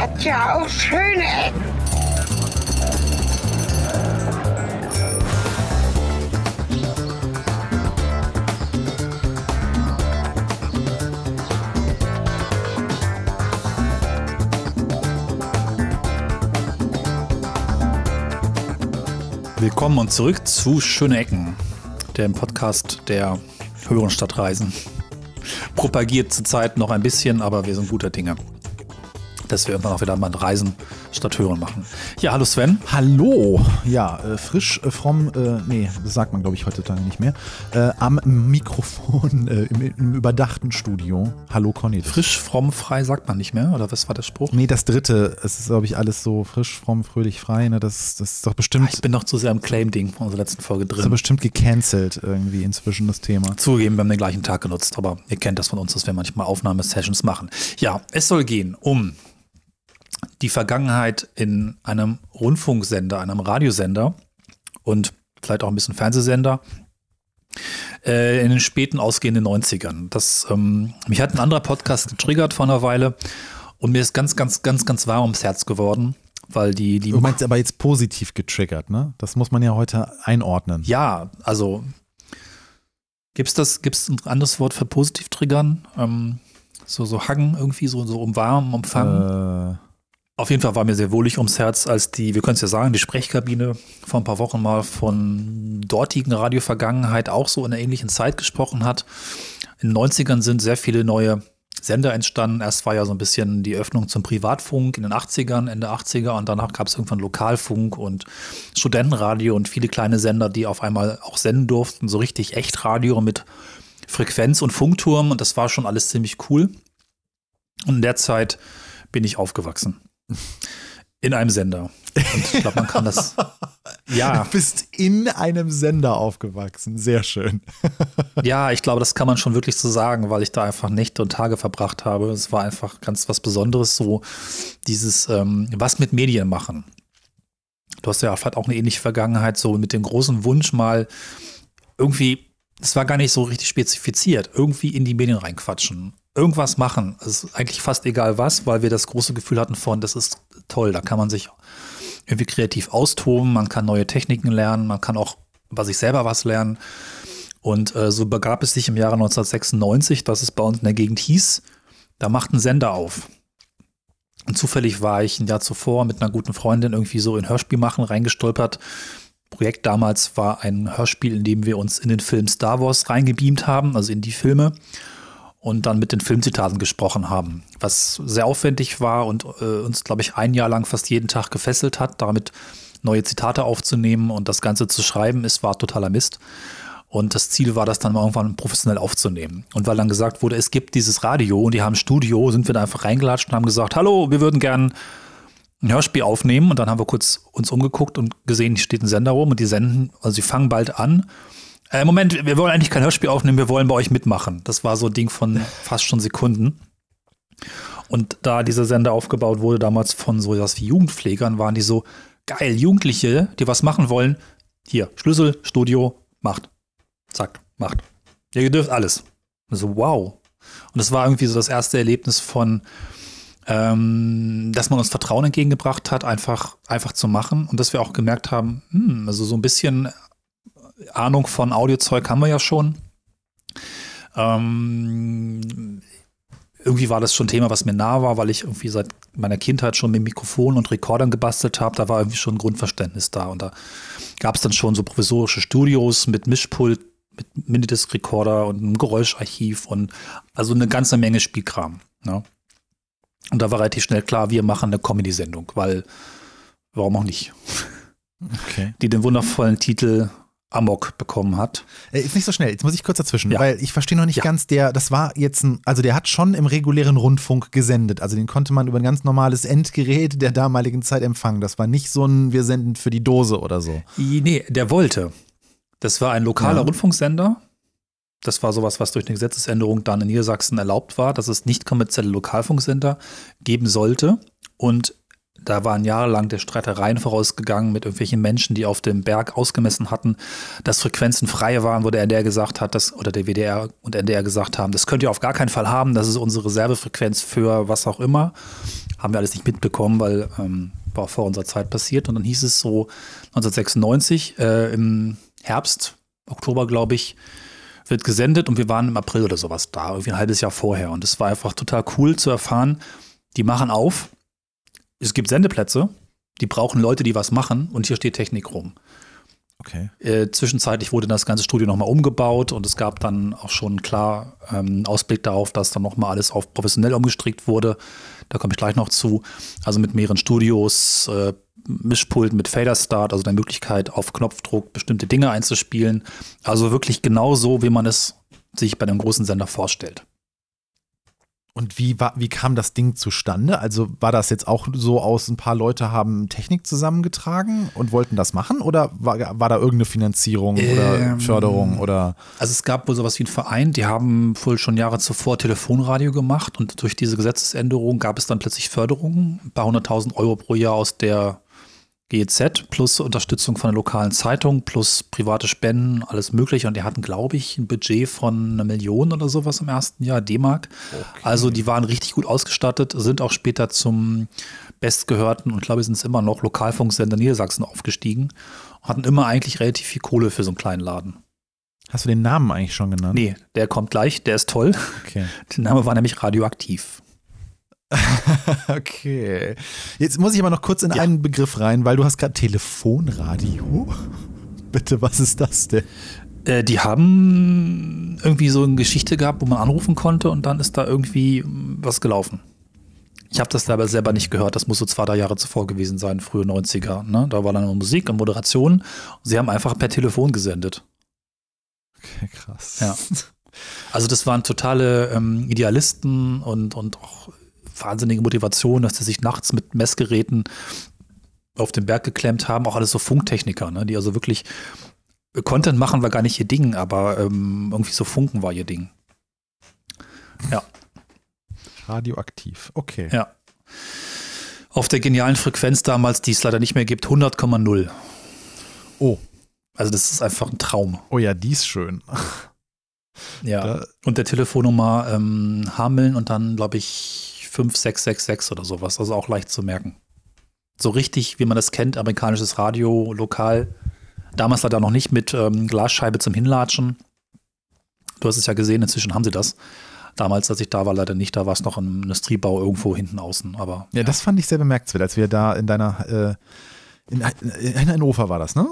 hat ja auch schöne Ecken. Willkommen und zurück zu Schöne Ecken, dem Podcast der höheren Stadtreisen. Propagiert zurzeit noch ein bisschen, aber wir sind guter Dinge, dass wir irgendwann auch wieder mal Reisen statt Hören machen. Ja, hallo Sven. Hallo. Ja, frisch vom, das sagt man glaube ich heutzutage nicht mehr, am Mikrofon im überdachten Studio. Hallo Conny. Frisch, fromm, frei sagt man nicht mehr, oder was war der Spruch? Nee, das dritte, es ist glaube ich alles so frisch, fromm, fröhlich, frei, ne? Das ist doch bestimmt. Ich bin noch zu sehr im Claim-Ding von unserer letzten Folge drin. Das ist doch bestimmt gecancelt irgendwie inzwischen das Thema. Zugegeben, wir haben den gleichen Tag genutzt, aber ihr kennt das von uns, dass wir manchmal Aufnahmesessions machen. Ja, es soll gehen um die Vergangenheit in einem Rundfunksender, einem Radiosender und vielleicht auch ein bisschen Fernsehsender in den späten ausgehenden 90ern. Mich hat ein anderer Podcast getriggert vor einer Weile und mir ist ganz warm ums Herz geworden, weil die Du meinst aber jetzt positiv getriggert, ne? Das muss man ja heute einordnen. Ja, also gibt's ein anderes Wort für positiv triggern? So Hagen irgendwie, so umwarmen, umfangen? Auf jeden Fall war mir sehr wohlig ums Herz, als wir können es ja sagen, die Sprechkabine vor ein paar Wochen mal von dortigen Radio-Vergangenheit auch so in einer ähnlichen Zeit gesprochen hat. In den 90ern sind sehr viele neue Sender entstanden. Erst war ja so ein bisschen die Öffnung zum Privatfunk in den 80ern, Ende 80er und danach gab es irgendwann Lokalfunk und Studentenradio und viele kleine Sender, die auf einmal auch senden durften, so richtig Echtradio mit Frequenz- und Funkturm und das war schon alles ziemlich cool. Und in der Zeit bin ich aufgewachsen. In einem Sender. Und ich glaube, man kann das. Ja. Du bist in einem Sender aufgewachsen. Sehr schön. Ja, ich glaube, das kann man schon wirklich so sagen, weil ich da einfach Nächte und Tage verbracht habe. Es war einfach ganz was Besonderes, so dieses was mit Medien machen. Du hast ja vielleicht auch eine ähnliche Vergangenheit, so mit dem großen Wunsch mal irgendwie, es war gar nicht so richtig spezifiziert, irgendwie in die Medien reinquatschen. Irgendwas machen. Es ist eigentlich fast egal was, weil wir das große Gefühl hatten von, das ist toll, da kann man sich irgendwie kreativ austoben, man kann neue Techniken lernen, man kann auch über sich selber was lernen. Und so begab es sich im Jahre 1996, dass es bei uns in der Gegend hieß, da macht ein Sender auf. Und zufällig war ich ein Jahr zuvor mit einer guten Freundin irgendwie so in Hörspiel machen reingestolpert. Projekt damals war ein Hörspiel, in dem wir uns in den Film Star Wars reingebeamt haben, also in die Filme. Und dann mit den Filmzitaten gesprochen haben, was sehr aufwendig war und uns, glaube ich, ein Jahr lang fast jeden Tag gefesselt hat, damit neue Zitate aufzunehmen und das Ganze zu schreiben. Es war totaler Mist. Und das Ziel war, das dann mal irgendwann professionell aufzunehmen. Und weil dann gesagt wurde, es gibt dieses Radio und die haben ein Studio, sind wir da einfach reingelatscht und haben gesagt, hallo, wir würden gern ein Hörspiel aufnehmen. Und dann haben wir kurz uns umgeguckt und gesehen, hier steht ein Sender rum und die senden, also sie fangen bald an. Moment, wir wollen eigentlich kein Hörspiel aufnehmen, wir wollen bei euch mitmachen. Das war so ein Ding von fast schon Sekunden. Und da dieser Sender aufgebaut wurde, damals von so was wie Jugendpflegern, waren die so, geil, Jugendliche, die was machen wollen, hier, Schlüssel, Studio, macht. Zack, macht. Ja, ihr dürft alles. So, wow. Und das war irgendwie so das erste Erlebnis von, dass man uns Vertrauen entgegengebracht hat, einfach zu machen. Und dass wir auch gemerkt haben, also so ein bisschen Ahnung von Audiozeug haben wir ja schon. Irgendwie war das schon ein Thema, was mir nah war, weil ich irgendwie seit meiner Kindheit schon mit Mikrofonen und Rekordern gebastelt habe. Da war irgendwie schon ein Grundverständnis da. Und da gab es dann schon so provisorische Studios mit Mischpult, mit Minidisc-Recorder und einem Geräuscharchiv und also eine ganze Menge Spielkram. Ne? Und da war relativ schnell klar, wir machen eine Comedy-Sendung, weil warum auch nicht? Okay. Die den wundervollen Titel Amok bekommen hat. Ist nicht so schnell, jetzt muss ich kurz dazwischen, Ja. weil ich verstehe noch nicht ganz, das war jetzt der hat schon im regulären Rundfunk gesendet, also den konnte man über ein ganz normales Endgerät der damaligen Zeit empfangen. Das war nicht so ein, wir senden für die Dose oder so. Nee, der wollte. Das war ein lokaler Rundfunksender. Das war sowas, was durch eine Gesetzesänderung dann in Niedersachsen erlaubt war, dass es nicht kommerzielle Lokalfunksender geben sollte. Und Da waren jahrelang der Streitereien vorausgegangen mit irgendwelchen Menschen, die auf dem Berg ausgemessen hatten, dass Frequenzen frei waren, wo der NDR gesagt hat, oder der WDR und NDR gesagt haben, das könnt ihr auf gar keinen Fall haben, das ist unsere Reservefrequenz für was auch immer. Haben wir alles nicht mitbekommen, weil war vor unserer Zeit passiert. Und dann hieß es so 1996 im Herbst, Oktober, glaube ich, wird gesendet und wir waren im April oder sowas da, irgendwie ein halbes Jahr vorher. Und es war einfach total cool zu erfahren, die machen auf, es gibt Sendeplätze, die brauchen Leute, die was machen und hier steht Technik rum. Okay. Zwischenzeitlich wurde das ganze Studio nochmal umgebaut und es gab dann auch schon klar Ausblick darauf, dass dann nochmal alles auf professionell umgestrickt wurde. Da komme ich gleich noch zu. Also mit mehreren Studios, Mischpulten mit Fader Start, also der Möglichkeit auf Knopfdruck bestimmte Dinge einzuspielen. Also wirklich genau so, wie man es sich bei einem großen Sender vorstellt. Und wie kam das Ding zustande? Also war das jetzt auch so aus, ein paar Leute haben Technik zusammengetragen und wollten das machen? Oder war da irgendeine Finanzierung oder Förderung? Oder? Also es gab wohl sowas wie einen Verein, die haben wohl schon Jahre zuvor Telefonradio gemacht und durch diese Gesetzesänderung gab es dann plötzlich Förderungen, ein paar 100.000 Euro pro Jahr aus der GEZ plus Unterstützung von der lokalen Zeitung plus private Spenden, alles mögliche. Und die hatten, glaube ich, ein Budget von 1 Million oder sowas im ersten Jahr, D-Mark. Okay. Also die waren richtig gut ausgestattet, sind auch später zum bestgehörten und glaube ich sind es immer noch Lokalfunksender Niedersachsen aufgestiegen. Hatten immer eigentlich relativ viel Kohle für so einen kleinen Laden. Hast du den Namen eigentlich schon genannt? Nee, der kommt gleich, der ist toll. Okay. Der Name war nämlich Radioaktiv. Okay. Jetzt muss ich aber noch kurz in einen Begriff rein, weil du hast gerade Telefonradio. Bitte, was ist das denn? Die haben irgendwie so eine Geschichte gehabt, wo man anrufen konnte und dann ist da irgendwie was gelaufen. Ich habe das aber selber nicht gehört, das muss so 2-3 Jahre zuvor gewesen sein, frühe 90er. Ne? Da war dann Musik und Moderation. Sie haben einfach per Telefon gesendet. Okay, krass. Ja. Also das waren totale Idealisten und auch wahnsinnige Motivation, dass die sich nachts mit Messgeräten auf den Berg geklemmt haben, auch alles so Funktechniker, ne? Die also wirklich Content machen war gar nicht ihr Ding, aber irgendwie so Funken war ihr Ding. Ja. Radioaktiv, okay. Ja. Auf der genialen Frequenz damals, die es leider nicht mehr gibt, 100,0. Oh. Also das ist einfach ein Traum. Oh ja, die ist schön. Ja. Und der Telefonnummer Hameln und dann, glaube ich, 5666 oder sowas, also auch leicht zu merken. So richtig, wie man das kennt, amerikanisches Radio, lokal. Damals leider noch nicht mit Glasscheibe zum Hinlatschen. Du hast es ja gesehen, inzwischen haben sie das. Damals, als ich da war, leider nicht. Da war es noch ein Industriebau irgendwo hinten außen. Aber, ja, das fand ich sehr bemerkenswert, als wir da in deiner in Hannover war das, ne?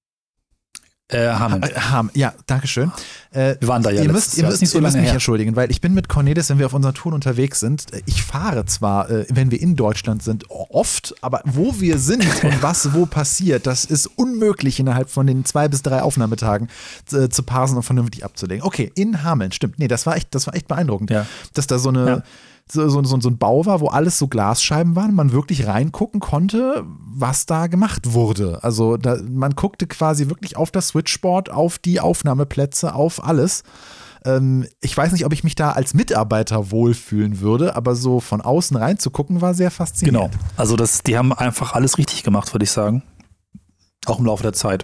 Hameln. Ja, danke schön. Wir waren da ja Ihr müsst mich entschuldigen, weil ich bin mit Cornelis, wenn wir auf unseren Touren unterwegs sind, ich fahre zwar, wenn wir in Deutschland sind, oft, aber wo wir sind und was wo passiert, das ist unmöglich innerhalb von den 2 bis 3 Aufnahmetagen zu parsen und vernünftig abzulegen. Okay, in Hameln, stimmt. Nee, das war echt beeindruckend, ja. Dass da so ein Bau war, wo alles so Glasscheiben waren, man wirklich reingucken konnte, was da gemacht wurde. Also man guckte quasi wirklich auf das Switchboard, auf die Aufnahmeplätze, auf alles. Ich weiß nicht, ob ich mich da als Mitarbeiter wohlfühlen würde, aber so von außen reinzugucken war sehr faszinierend. Genau, also die haben einfach alles richtig gemacht, würde ich sagen. Auch im Laufe der Zeit.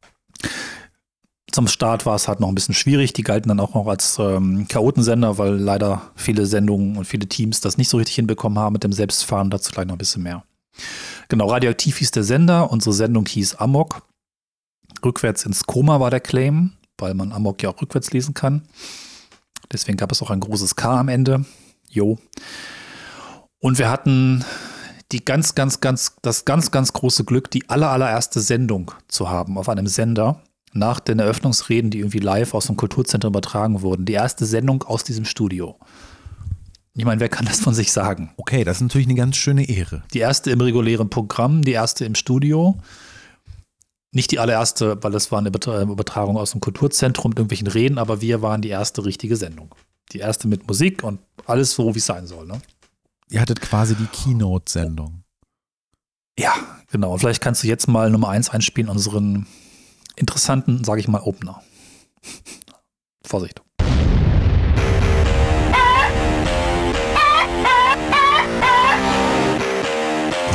Zum Start war es halt noch ein bisschen schwierig. Die galten dann auch noch als Chaotensender, weil leider viele Sendungen und viele Teams das nicht so richtig hinbekommen haben mit dem Selbstfahren. Dazu gleich noch ein bisschen mehr. Genau, Radioaktiv hieß der Sender. Unsere Sendung hieß Amok. Rückwärts ins Koma war der Claim, weil man Amok ja auch rückwärts lesen kann. Deswegen gab es auch ein großes K am Ende. Jo. Und wir hatten das ganz große Glück, die allererste Sendung zu haben auf einem Sender. Nach den Eröffnungsreden, die irgendwie live aus dem Kulturzentrum übertragen wurden. Die erste Sendung aus diesem Studio. Ich meine, wer kann das von sich sagen? Okay, das ist natürlich eine ganz schöne Ehre. Die erste im regulären Programm, die erste im Studio. Nicht die allererste, weil das war eine Übertragung aus dem Kulturzentrum mit irgendwelchen Reden, aber wir waren die erste richtige Sendung. Die erste mit Musik und alles so, wie es sein soll. Ne? Ihr hattet quasi die Keynote-Sendung. Ja, genau. Und vielleicht kannst du jetzt mal Nummer 1 einspielen, unseren interessanten, sage ich mal, Opener. Vorsicht.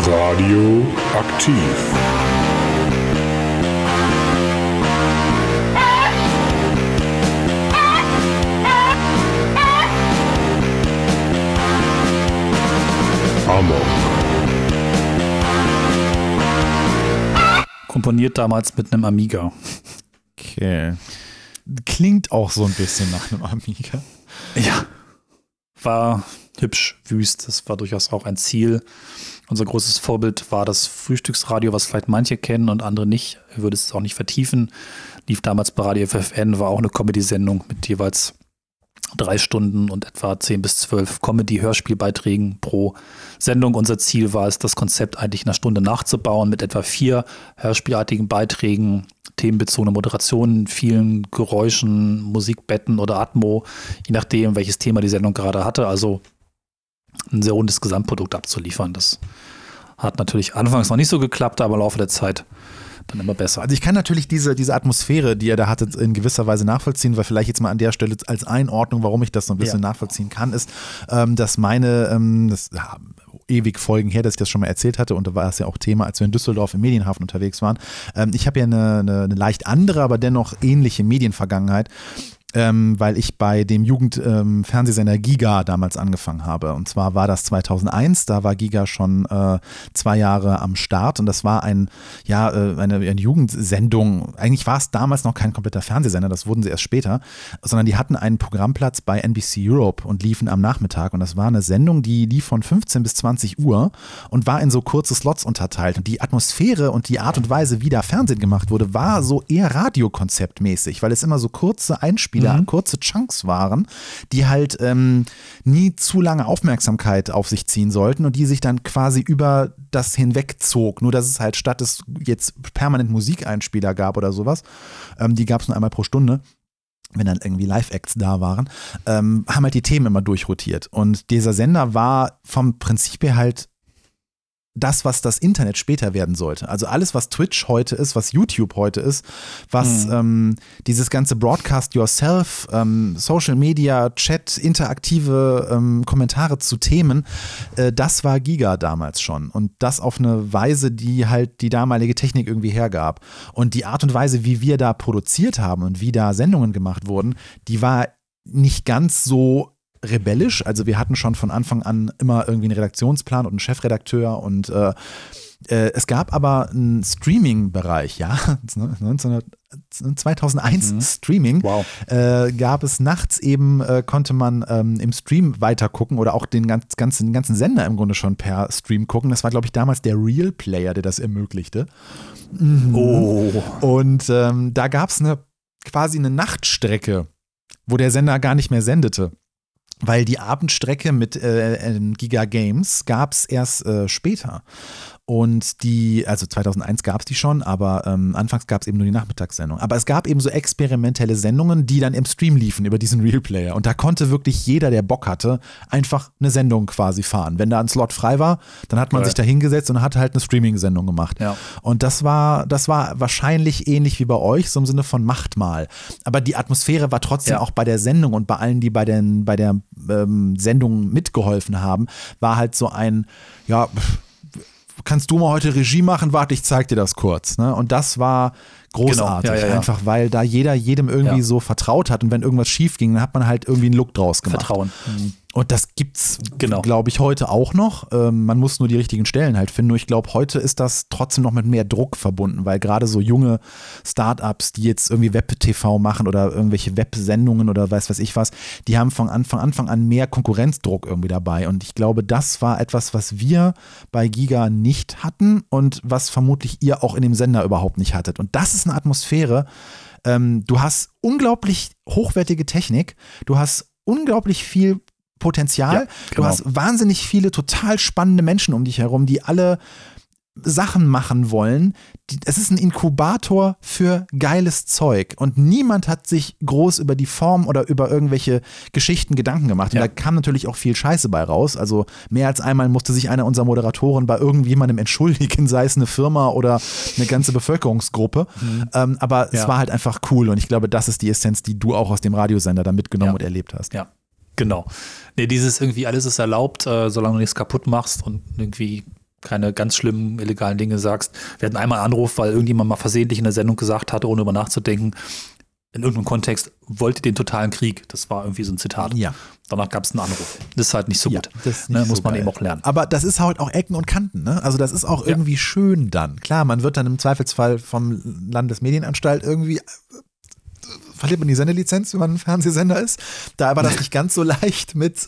Radio aktiv. Amok. Komponiert damals mit einem Amiga. Okay. Klingt auch so ein bisschen nach einem Amiga. Ja. War hübsch, wüst. Das war durchaus auch ein Ziel. Unser großes Vorbild war das Frühstücksradio, was vielleicht manche kennen und andere nicht. Ich würde es auch nicht vertiefen. Lief damals bei Radio FFN, war auch eine Comedy-Sendung mit jeweils 3 Stunden und etwa 10 bis 12 Comedy-Hörspielbeiträgen pro Sendung. Unser Ziel war es, das Konzept eigentlich in einer Stunde nachzubauen mit etwa 4 hörspielartigen Beiträgen, themenbezogene Moderationen, vielen Geräuschen, Musikbetten oder Atmo, je nachdem, welches Thema die Sendung gerade hatte. Also ein sehr rundes Gesamtprodukt abzuliefern. Das hat natürlich anfangs noch nicht so geklappt, aber im Laufe der Zeit dann immer besser. Also ich kann natürlich diese Atmosphäre, die er da hatte, in gewisser Weise nachvollziehen, weil vielleicht jetzt mal an der Stelle als Einordnung, warum ich das so ein bisschen nachvollziehen kann, ist, dass ewig Folgen her, dass ich das schon mal erzählt hatte und da war es ja auch Thema, als wir in Düsseldorf im Medienhafen unterwegs waren. Ich habe ja eine leicht andere, aber dennoch ähnliche Medienvergangenheit. Weil ich bei dem Jugendfernsehsender Giga damals angefangen habe. Und zwar war das 2001, da war Giga schon 2 Jahre am Start und das war eine Jugendsendung. Eigentlich war es damals noch kein kompletter Fernsehsender, das wurden sie erst später, sondern die hatten einen Programmplatz bei NBC Europe und liefen am Nachmittag und das war eine Sendung, die lief von 15 bis 20 Uhr und war in so kurze Slots unterteilt und die Atmosphäre und die Art und Weise, wie da Fernsehen gemacht wurde, war so eher radiokonzeptmäßig, weil es immer so kurze Einspiele kurze Chunks waren, die halt nie zu lange Aufmerksamkeit auf sich ziehen sollten und die sich dann quasi über das hinwegzog. Nur dass es halt statt es jetzt permanent Musikeinspieler gab oder sowas, die gab es nur einmal pro Stunde, wenn dann irgendwie Live-Acts da waren, haben halt die Themen immer durchrotiert. Und dieser Sender war vom Prinzip her halt das, was das Internet später werden sollte. Also alles, was Twitch heute ist, was YouTube heute ist, was dieses ganze Broadcast Yourself, Social Media, Chat, interaktive Kommentare zu Themen, das war Giga damals schon. Und das auf eine Weise, die halt die damalige Technik irgendwie hergab. Und die Art und Weise, wie wir da produziert haben und wie da Sendungen gemacht wurden, die war nicht ganz so rebellisch, also wir hatten schon von Anfang an immer irgendwie einen Redaktionsplan und einen Chefredakteur und es gab aber einen Streaming-Bereich, 2001 Streaming, gab es nachts eben, konnte man im Stream weitergucken oder auch den ganzen Sender im Grunde schon per Stream gucken. Das war, glaube ich, damals der Real Player, der das ermöglichte. Und da gab es quasi eine Nachtstrecke, wo der Sender gar nicht mehr sendete. Weil die Abendstrecke mit Giga Games gab es erst später. Und also 2001 gab es die schon, aber anfangs gab es eben nur die Nachmittagssendung. Aber es gab eben so experimentelle Sendungen, die dann im Stream liefen über diesen Real Player. Und da konnte wirklich jeder, der Bock hatte, einfach eine Sendung quasi fahren. Wenn da ein Slot frei war, dann hat man sich da hingesetzt und hat halt eine Streaming-Sendung gemacht. Ja. Und das war wahrscheinlich ähnlich wie bei euch, so im Sinne von macht mal. Aber die Atmosphäre war trotzdem auch bei der Sendung und bei allen, die bei der Sendung mitgeholfen haben, war halt so ein, kannst du mal heute Regie machen? Warte, ich zeig dir das kurz. Ne? Und das war großartig, einfach weil da jeder jedem irgendwie so vertraut hat und wenn irgendwas schief ging, dann hat man halt irgendwie einen Look draus gemacht. Vertrauen. Und das gibt's, glaube ich, heute auch noch. Man muss nur die richtigen Stellen halt finden. Nur ich glaube, heute ist das trotzdem noch mit mehr Druck verbunden, weil gerade so junge Startups, die jetzt irgendwie Web-TV machen oder irgendwelche Websendungen oder weiß ich was, die haben von Anfang an mehr Konkurrenzdruck irgendwie dabei. Und ich glaube, das war etwas, was wir bei Giga nicht hatten und was vermutlich ihr auch in dem Sender überhaupt nicht hattet. Und das ist eine Atmosphäre. Du hast unglaublich hochwertige Technik, du hast unglaublich viel Potenzial. Du hast wahnsinnig viele total spannende Menschen um dich herum, die alle Sachen machen wollen. Es ist ein Inkubator für geiles Zeug und niemand hat sich groß über die Form oder über irgendwelche Geschichten Gedanken gemacht. Und da kam natürlich auch viel Scheiße bei raus. Also mehr als einmal musste sich einer unserer Moderatoren bei irgendjemandem entschuldigen, sei es eine Firma oder eine ganze Bevölkerungsgruppe. Aber es war halt einfach cool und ich glaube, das ist die Essenz, die du auch aus dem Radiosender da mitgenommen und erlebt hast. Ja, genau. Nee, dieses irgendwie alles ist erlaubt, solange du nichts kaputt machst und irgendwie keine ganz schlimmen illegalen Dinge sagst. Wir hatten einmal einen Anruf, weil irgendjemand mal versehentlich in der Sendung gesagt hatte, ohne über nachzudenken, in irgendeinem Kontext, wollte den totalen Krieg. Das war irgendwie so ein Zitat. Ja. Danach gab es einen Anruf. Das ist halt nicht so gut. Das ist nicht muss so man geil. eben auch lernen. Aber das ist halt auch Ecken und Kanten, ne? Also das ist auch irgendwie schön dann. Klar, man wird dann im Zweifelsfall vom Landesmedienanstalt irgendwie verliert man die Sendelizenz, wenn man ein Fernsehsender ist. Da war das nicht ganz so leicht mit,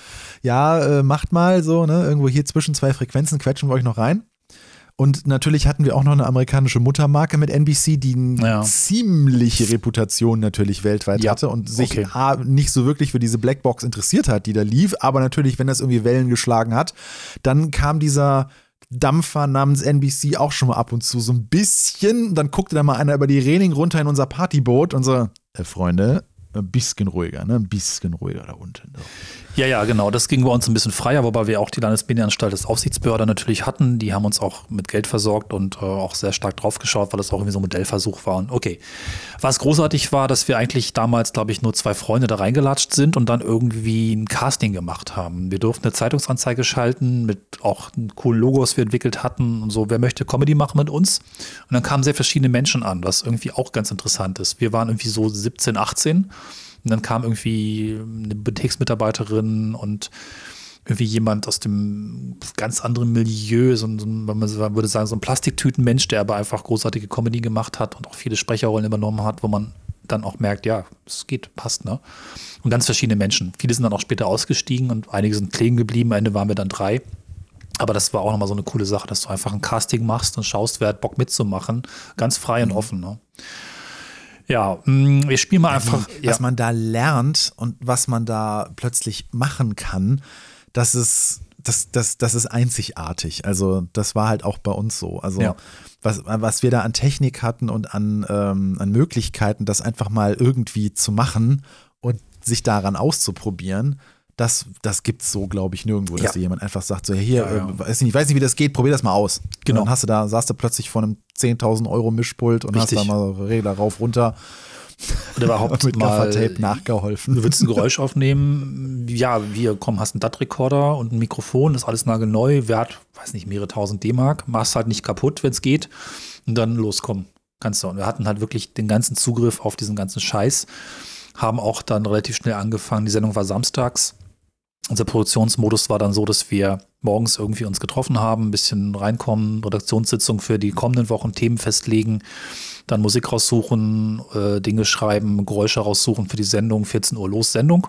macht mal so, ne? Irgendwo hier zwischen zwei Frequenzen quetschen wir euch noch rein. Und natürlich hatten wir auch noch eine amerikanische Muttermarke mit NBC, die eine ziemliche Reputation natürlich weltweit hatte und sich nicht so wirklich für diese Blackbox interessiert hat, die da lief. Aber natürlich, wenn das irgendwie Wellen geschlagen hat, dann kam dieser Dampfer namens NBC auch schon mal ab und zu so ein bisschen. Dann guckte da mal einer über die Reling runter in unser Partyboot und so, Freunde, ein bisschen ruhiger, ne? Ein bisschen ruhiger da unten. So. Ja, genau. Das ging bei uns ein bisschen freier, wobei wir auch die Landesmedienanstalt als Aufsichtsbehörde natürlich hatten. Die haben uns auch mit Geld versorgt und auch sehr stark drauf geschaut, weil das auch irgendwie so ein Modellversuch war. Und okay. Was großartig war, dass wir eigentlich damals, glaube ich, nur 2 Freunde da reingelatscht sind und dann irgendwie ein Casting gemacht haben. Wir durften eine Zeitungsanzeige schalten mit auch coolen Logos, wir entwickelt hatten und so. Wer möchte Comedy machen mit uns? Und dann kamen sehr verschiedene Menschen an, was irgendwie auch ganz interessant ist. Wir waren irgendwie so 17, 18. Und dann kam irgendwie eine Bibliotheksmitarbeiterin und irgendwie jemand aus dem ganz anderen Milieu, man würde sagen, so ein Plastiktütenmensch, der aber einfach großartige Comedy gemacht hat und auch viele Sprecherrollen übernommen hat, wo man dann auch merkt, ja, es geht, passt, ne? Und ganz verschiedene Menschen. Viele sind dann auch später ausgestiegen und einige sind kleben geblieben. Am Ende waren wir dann 3. Aber das war auch nochmal so eine coole Sache, dass du einfach ein Casting machst und schaust, wer hat Bock mitzumachen. Ganz frei und offen, ne? Ja, wir spielen mal einfach. Was man da lernt und was man da plötzlich machen kann, das ist einzigartig. Also das war halt auch bei uns so. Also was wir da an Technik hatten und an Möglichkeiten, das einfach mal irgendwie zu machen und sich daran auszuprobieren, das gibt's so, glaube ich, nirgendwo, dass dir jemand einfach sagt, so weiß nicht, wie das geht, probier das mal aus. Genau. Und dann saß du plötzlich vor einem 10.000 € Mischpult und hast da mal Regler rauf, runter. Oder überhaupt mit mal Gaffertape nachgeholfen. Du willst ein Geräusch aufnehmen, hast einen DAT-Rekorder und ein Mikrofon, das ist alles nagelneu, wert, weiß nicht, mehrere tausend D-Mark, machst halt nicht kaputt, wenn es geht und dann loskommen kannst du. Und wir hatten halt wirklich den ganzen Zugriff auf diesen ganzen Scheiß, haben auch dann relativ schnell angefangen, die Sendung war samstags. Unser Produktionsmodus war dann so, dass wir morgens irgendwie uns getroffen haben, ein bisschen reinkommen, Redaktionssitzung für die kommenden Wochen, Themen festlegen, dann Musik raussuchen, Dinge schreiben, Geräusche raussuchen für die Sendung, 14 Uhr los, Sendung.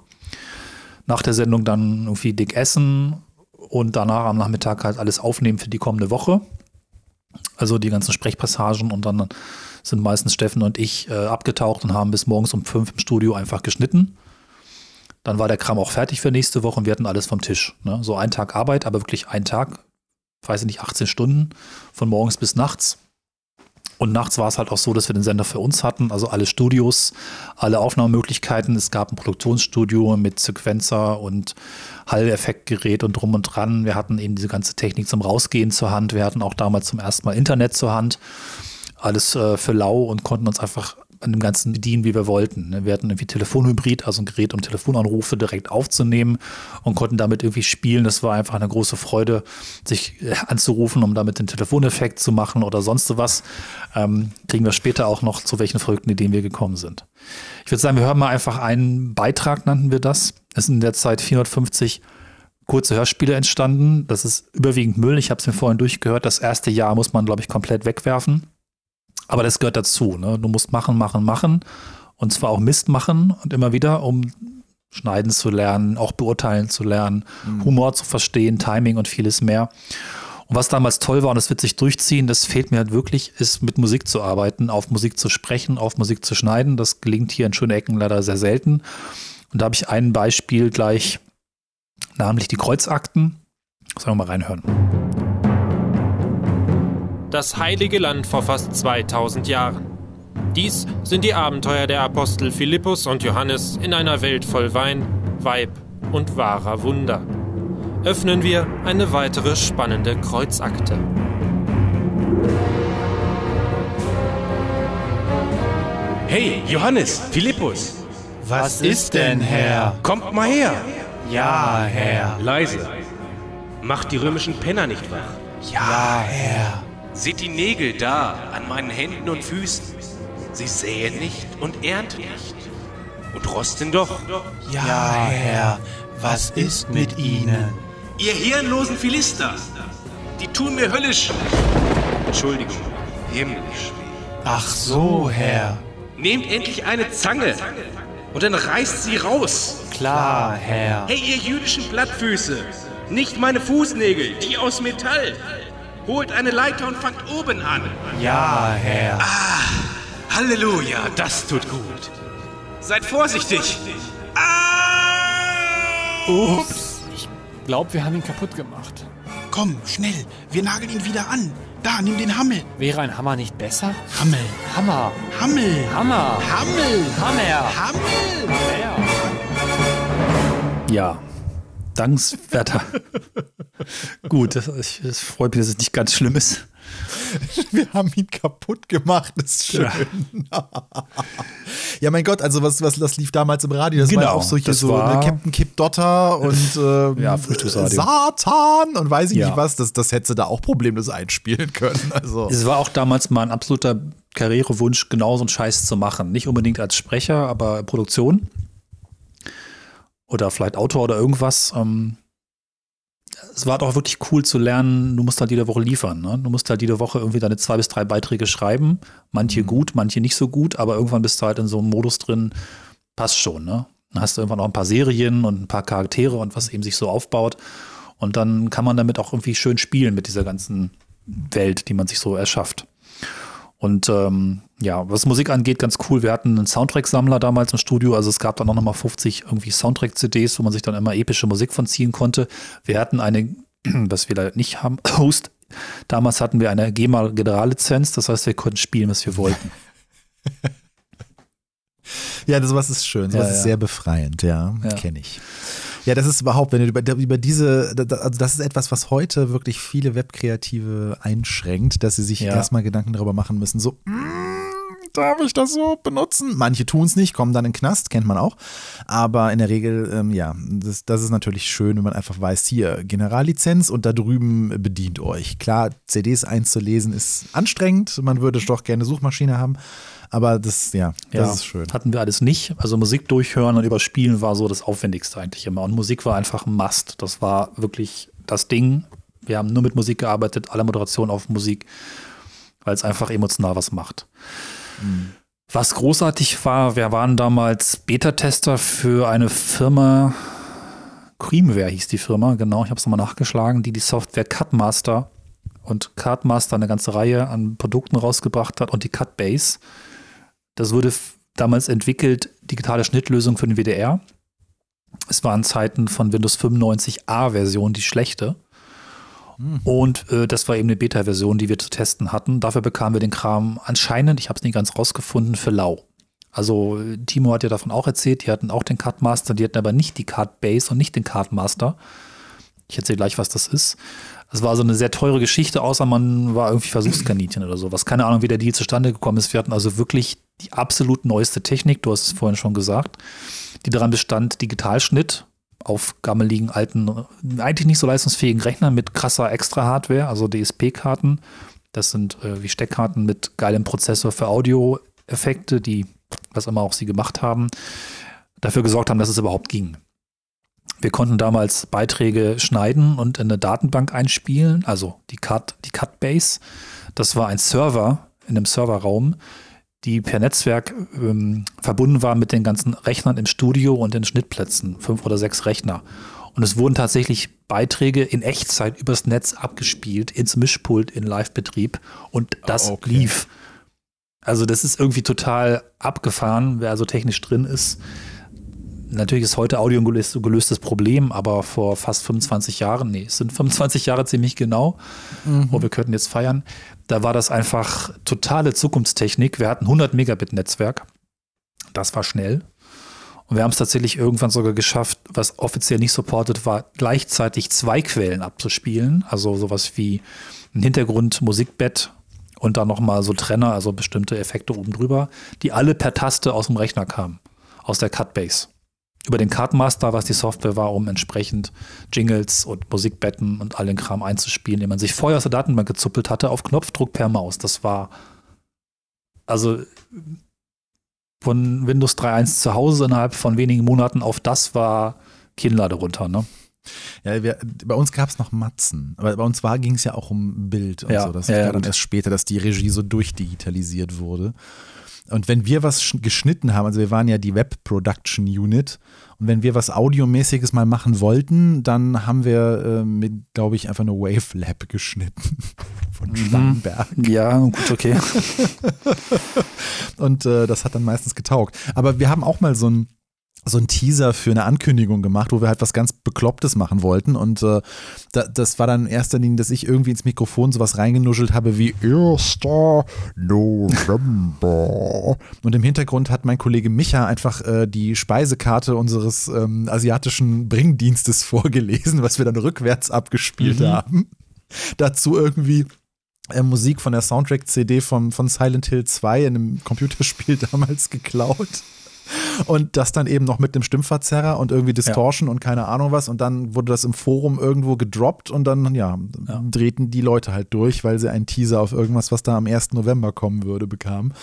Nach der Sendung dann irgendwie dick essen und danach am Nachmittag halt alles aufnehmen für die kommende Woche. Also die ganzen Sprechpassagen und dann sind meistens Steffen und ich abgetaucht und haben bis morgens um 5 im Studio einfach geschnitten. Dann war der Kram auch fertig für nächste Woche und wir hatten alles vom Tisch. Ne? So ein Tag Arbeit, aber wirklich ein Tag, weiß ich nicht, 18 Stunden, von morgens bis nachts. Und nachts war es halt auch so, dass wir den Sender für uns hatten, also alle Studios, alle Aufnahmemöglichkeiten. Es gab ein Produktionsstudio mit Sequenzer und Hall-Effektgerät und drum und dran. Wir hatten eben diese ganze Technik zum Rausgehen zur Hand. Wir hatten auch damals zum ersten Mal Internet zur Hand. Alles für lau und konnten uns einfach an dem Ganzen bedienen, wie wir wollten. Wir hatten irgendwie Telefonhybrid, also ein Gerät, um Telefonanrufe direkt aufzunehmen und konnten damit irgendwie spielen. Das war einfach eine große Freude, sich anzurufen, um damit den Telefoneffekt zu machen oder sonst was. Kriegen wir später auch noch, zu welchen verrückten Ideen wir gekommen sind. Ich würde sagen, wir hören mal einfach einen Beitrag, nannten wir das. Es sind in der Zeit 450 kurze Hörspiele entstanden. Das ist überwiegend Müll. Ich habe es mir vorhin durchgehört. Das erste Jahr muss man, glaube ich, komplett wegwerfen. Aber das gehört dazu. Ne? Du musst machen. Und zwar auch Mist machen und immer wieder, um schneiden zu lernen, auch beurteilen zu lernen, Humor zu verstehen, Timing und vieles mehr. Und was damals toll war, und das wird sich durchziehen, das fehlt mir halt wirklich, ist mit Musik zu arbeiten, auf Musik zu sprechen, auf Musik zu schneiden. Das gelingt hier in schönen Ecken leider sehr selten. Und da habe ich ein Beispiel gleich, namentlich die Kreuzakten. Sollen wir mal reinhören. Das heilige Land vor fast 2000 Jahren. Dies sind die Abenteuer der Apostel Philippus und Johannes in einer Welt voll Wein, Weib und wahrer Wunder. Öffnen wir eine weitere spannende Kreuzakte. Hey, Johannes, Philippus. Was ist denn, Herr? Kommt mal her. Ja, Herr. Leise. Macht die römischen Penner nicht wach. Ja, Herr. Seht die Nägel da an meinen Händen und Füßen. Sie säen nicht und ernten nicht. Und rosten doch. Ja, Herr. Was ist mit ihnen? Ihr hirnlosen Philister! Die tun mir höllisch. Entschuldigung, himmlisch weh. Ach so, Herr. Nehmt endlich eine Zange und dann reißt sie raus. Klar, Herr. Hey, ihr jüdischen Plattfüße! Nicht meine Fußnägel, die aus Metall! Holt eine Leiter und fangt oben an! Ja, Herr. Halleluja, das tut gut! Seid vorsichtig! Ah! Ups. Ich glaube, wir haben ihn kaputt gemacht. Komm, schnell, wir nageln ihn wieder an. Da, nimm den Hammel. Wäre ein Hammer nicht besser? Hammel, Hammer. Hammel, Hammer. Hammel, Hammer. Hammel. Ja, dankenswerter. Gut, ich freue mich, dass es nicht ganz schlimm ist. Wir haben ihn kaputt gemacht, das ist schön. Ja, mein Gott, also was lief damals im Radio? Das war ja auch solche Captain Kip Dotter und Frühstücksradio. Satan und weiß ich nicht was. Das hätte sie da auch problemlos einspielen können. Also. Es war auch damals mal ein absoluter Karrierewunsch, genau so einen Scheiß zu machen. Nicht unbedingt als Sprecher, aber Produktion. Oder vielleicht Autor oder irgendwas. Es war doch wirklich cool zu lernen, du musst halt jede Woche liefern. Ne? Du musst halt jede Woche irgendwie deine 2 bis 3 Beiträge schreiben. Manche gut, manche nicht so gut, aber irgendwann bist du halt in so einem Modus drin, passt schon. Ne? Dann hast du irgendwann auch ein paar Serien und ein paar Charaktere und was eben sich so aufbaut. Und dann kann man damit auch irgendwie schön spielen mit dieser ganzen Welt, die man sich so erschafft. Und was Musik angeht, ganz cool. Wir hatten einen Soundtrack-Sammler damals im Studio. Also es gab dann auch nochmal 50 irgendwie Soundtrack-CDs, wo man sich dann immer epische Musik von ziehen konnte. Wir hatten eine, was wir leider nicht haben, Host. Damals hatten wir eine GEMA-Generallizenz. Das heißt, wir konnten spielen, was wir wollten. Ja, sowas ist schön. Sowas ist sehr befreiend, ja. Kenne ich. Ja, das ist überhaupt, wenn du über diese, also das ist etwas, was heute wirklich viele Webkreative einschränkt, dass sie sich erstmal Gedanken darüber machen müssen, so, darf ich das so benutzen? Manche tun es nicht, kommen dann in den Knast, kennt man auch. Aber in der Regel, das ist natürlich schön, wenn man einfach weiß, hier, Generallizenz und da drüben bedient euch. Klar, CDs einzulesen ist anstrengend, man würde doch gerne eine Suchmaschine haben. Aber das ist schön. Hatten wir alles nicht. Also Musik durchhören und überspielen war so das Aufwendigste eigentlich immer. Und Musik war einfach ein Must. Das war wirklich das Ding. Wir haben nur mit Musik gearbeitet, alle Moderationen auf Musik, weil es einfach emotional was macht. Mhm. Was großartig war, wir waren damals Beta-Tester für eine Firma, Creamware hieß die Firma, genau, ich habe es nochmal nachgeschlagen, die Software Cutmaster und Cardmaster eine ganze Reihe an Produkten rausgebracht hat und die Cutbase. Das wurde damals entwickelt, digitale Schnittlösung für den WDR. Es waren Zeiten von Windows 95A-Version, die schlechte. Und das war eben eine Beta-Version, die wir zu testen hatten. Dafür bekamen wir den Kram anscheinend, ich habe es nicht ganz rausgefunden, für lau. Also Timo hat ja davon auch erzählt, die hatten auch den Cardmaster, die hatten aber nicht die Cardbase und nicht den Cardmaster. Ich erzähle gleich, was das ist. Es war so eine sehr teure Geschichte, außer man war irgendwie Versuchskaninchen oder sowas. Keine Ahnung, wie der Deal zustande gekommen ist. Wir hatten also wirklich die absolut neueste Technik, du hast es vorhin schon gesagt, die daran bestand, Digitalschnitt auf gammeligen, alten, eigentlich nicht so leistungsfähigen Rechnern mit krasser Extra-Hardware, also DSP-Karten. Das sind wie Steckkarten mit geilem Prozessor für Audio-Effekte, die, was immer auch sie gemacht haben, dafür gesorgt haben, dass es überhaupt ging. Wir konnten damals Beiträge schneiden und in eine Datenbank einspielen, also die Cutbase. Das war ein Server in einem Serverraum, die per Netzwerk verbunden war mit den ganzen Rechnern im Studio und den Schnittplätzen, 5 oder 6 Rechner. Und es wurden tatsächlich Beiträge in Echtzeit übers Netz abgespielt, ins Mischpult, in Live-Betrieb und das lief. Also das ist irgendwie total abgefahren, wer also technisch drin ist. Natürlich ist heute Audio ein gelöstes Problem, aber vor fast 25 Jahren, es sind 25 Jahre ziemlich genau, wo wir könnten jetzt feiern, da war das einfach totale Zukunftstechnik. Wir hatten 100 Megabit Netzwerk, das war schnell. Und wir haben es tatsächlich irgendwann sogar geschafft, was offiziell nicht supported war, gleichzeitig 2 Quellen abzuspielen, also sowas wie ein Hintergrund-Musikbett und dann nochmal so Trenner, also bestimmte Effekte oben drüber, die alle per Taste aus dem Rechner kamen, aus der Cutbase. über den Cardmaster, was die Software war, um entsprechend Jingles und Musikbetten und all den Kram einzuspielen, den man sich vorher aus der Datenbank gezuppelt hatte, auf Knopfdruck per Maus. Das war also von Windows 3.1 zu Hause innerhalb von wenigen Monaten auf das war Kinnlade runter, ne? Ja, bei uns gab es noch Matzen, aber bei uns ging es ja auch um Bild und so. Das war dann erst später, dass die Regie so durchdigitalisiert wurde. Und wenn wir was geschnitten haben, also wir waren ja die Web Production Unit, und wenn wir was Audiomäßiges mal machen wollten, dann haben wir mit, glaube ich, einfach nur Wavelab geschnitten von Starnberg. Ja, gut, okay. Und das hat dann meistens getaugt. Aber wir haben auch mal so ein Teaser für eine Ankündigung gemacht, wo wir halt was ganz Beklopptes machen wollten, und das war dann in erster Linie, dass ich irgendwie ins Mikrofon sowas reingenuschelt habe wie 1. November. Und im Hintergrund hat mein Kollege Micha einfach die Speisekarte unseres asiatischen Bringdienstes vorgelesen, was wir dann rückwärts abgespielt haben. Dazu irgendwie Musik von der Soundtrack-CD von Silent Hill 2 in einem Computerspiel damals geklaut. Und das dann eben noch mit dem Stimmverzerrer und irgendwie Distortion und keine Ahnung was. Und dann wurde das im Forum irgendwo gedroppt und dann, drehten die Leute halt durch, weil sie einen Teaser auf irgendwas, was da am 1. November kommen würde, bekamen.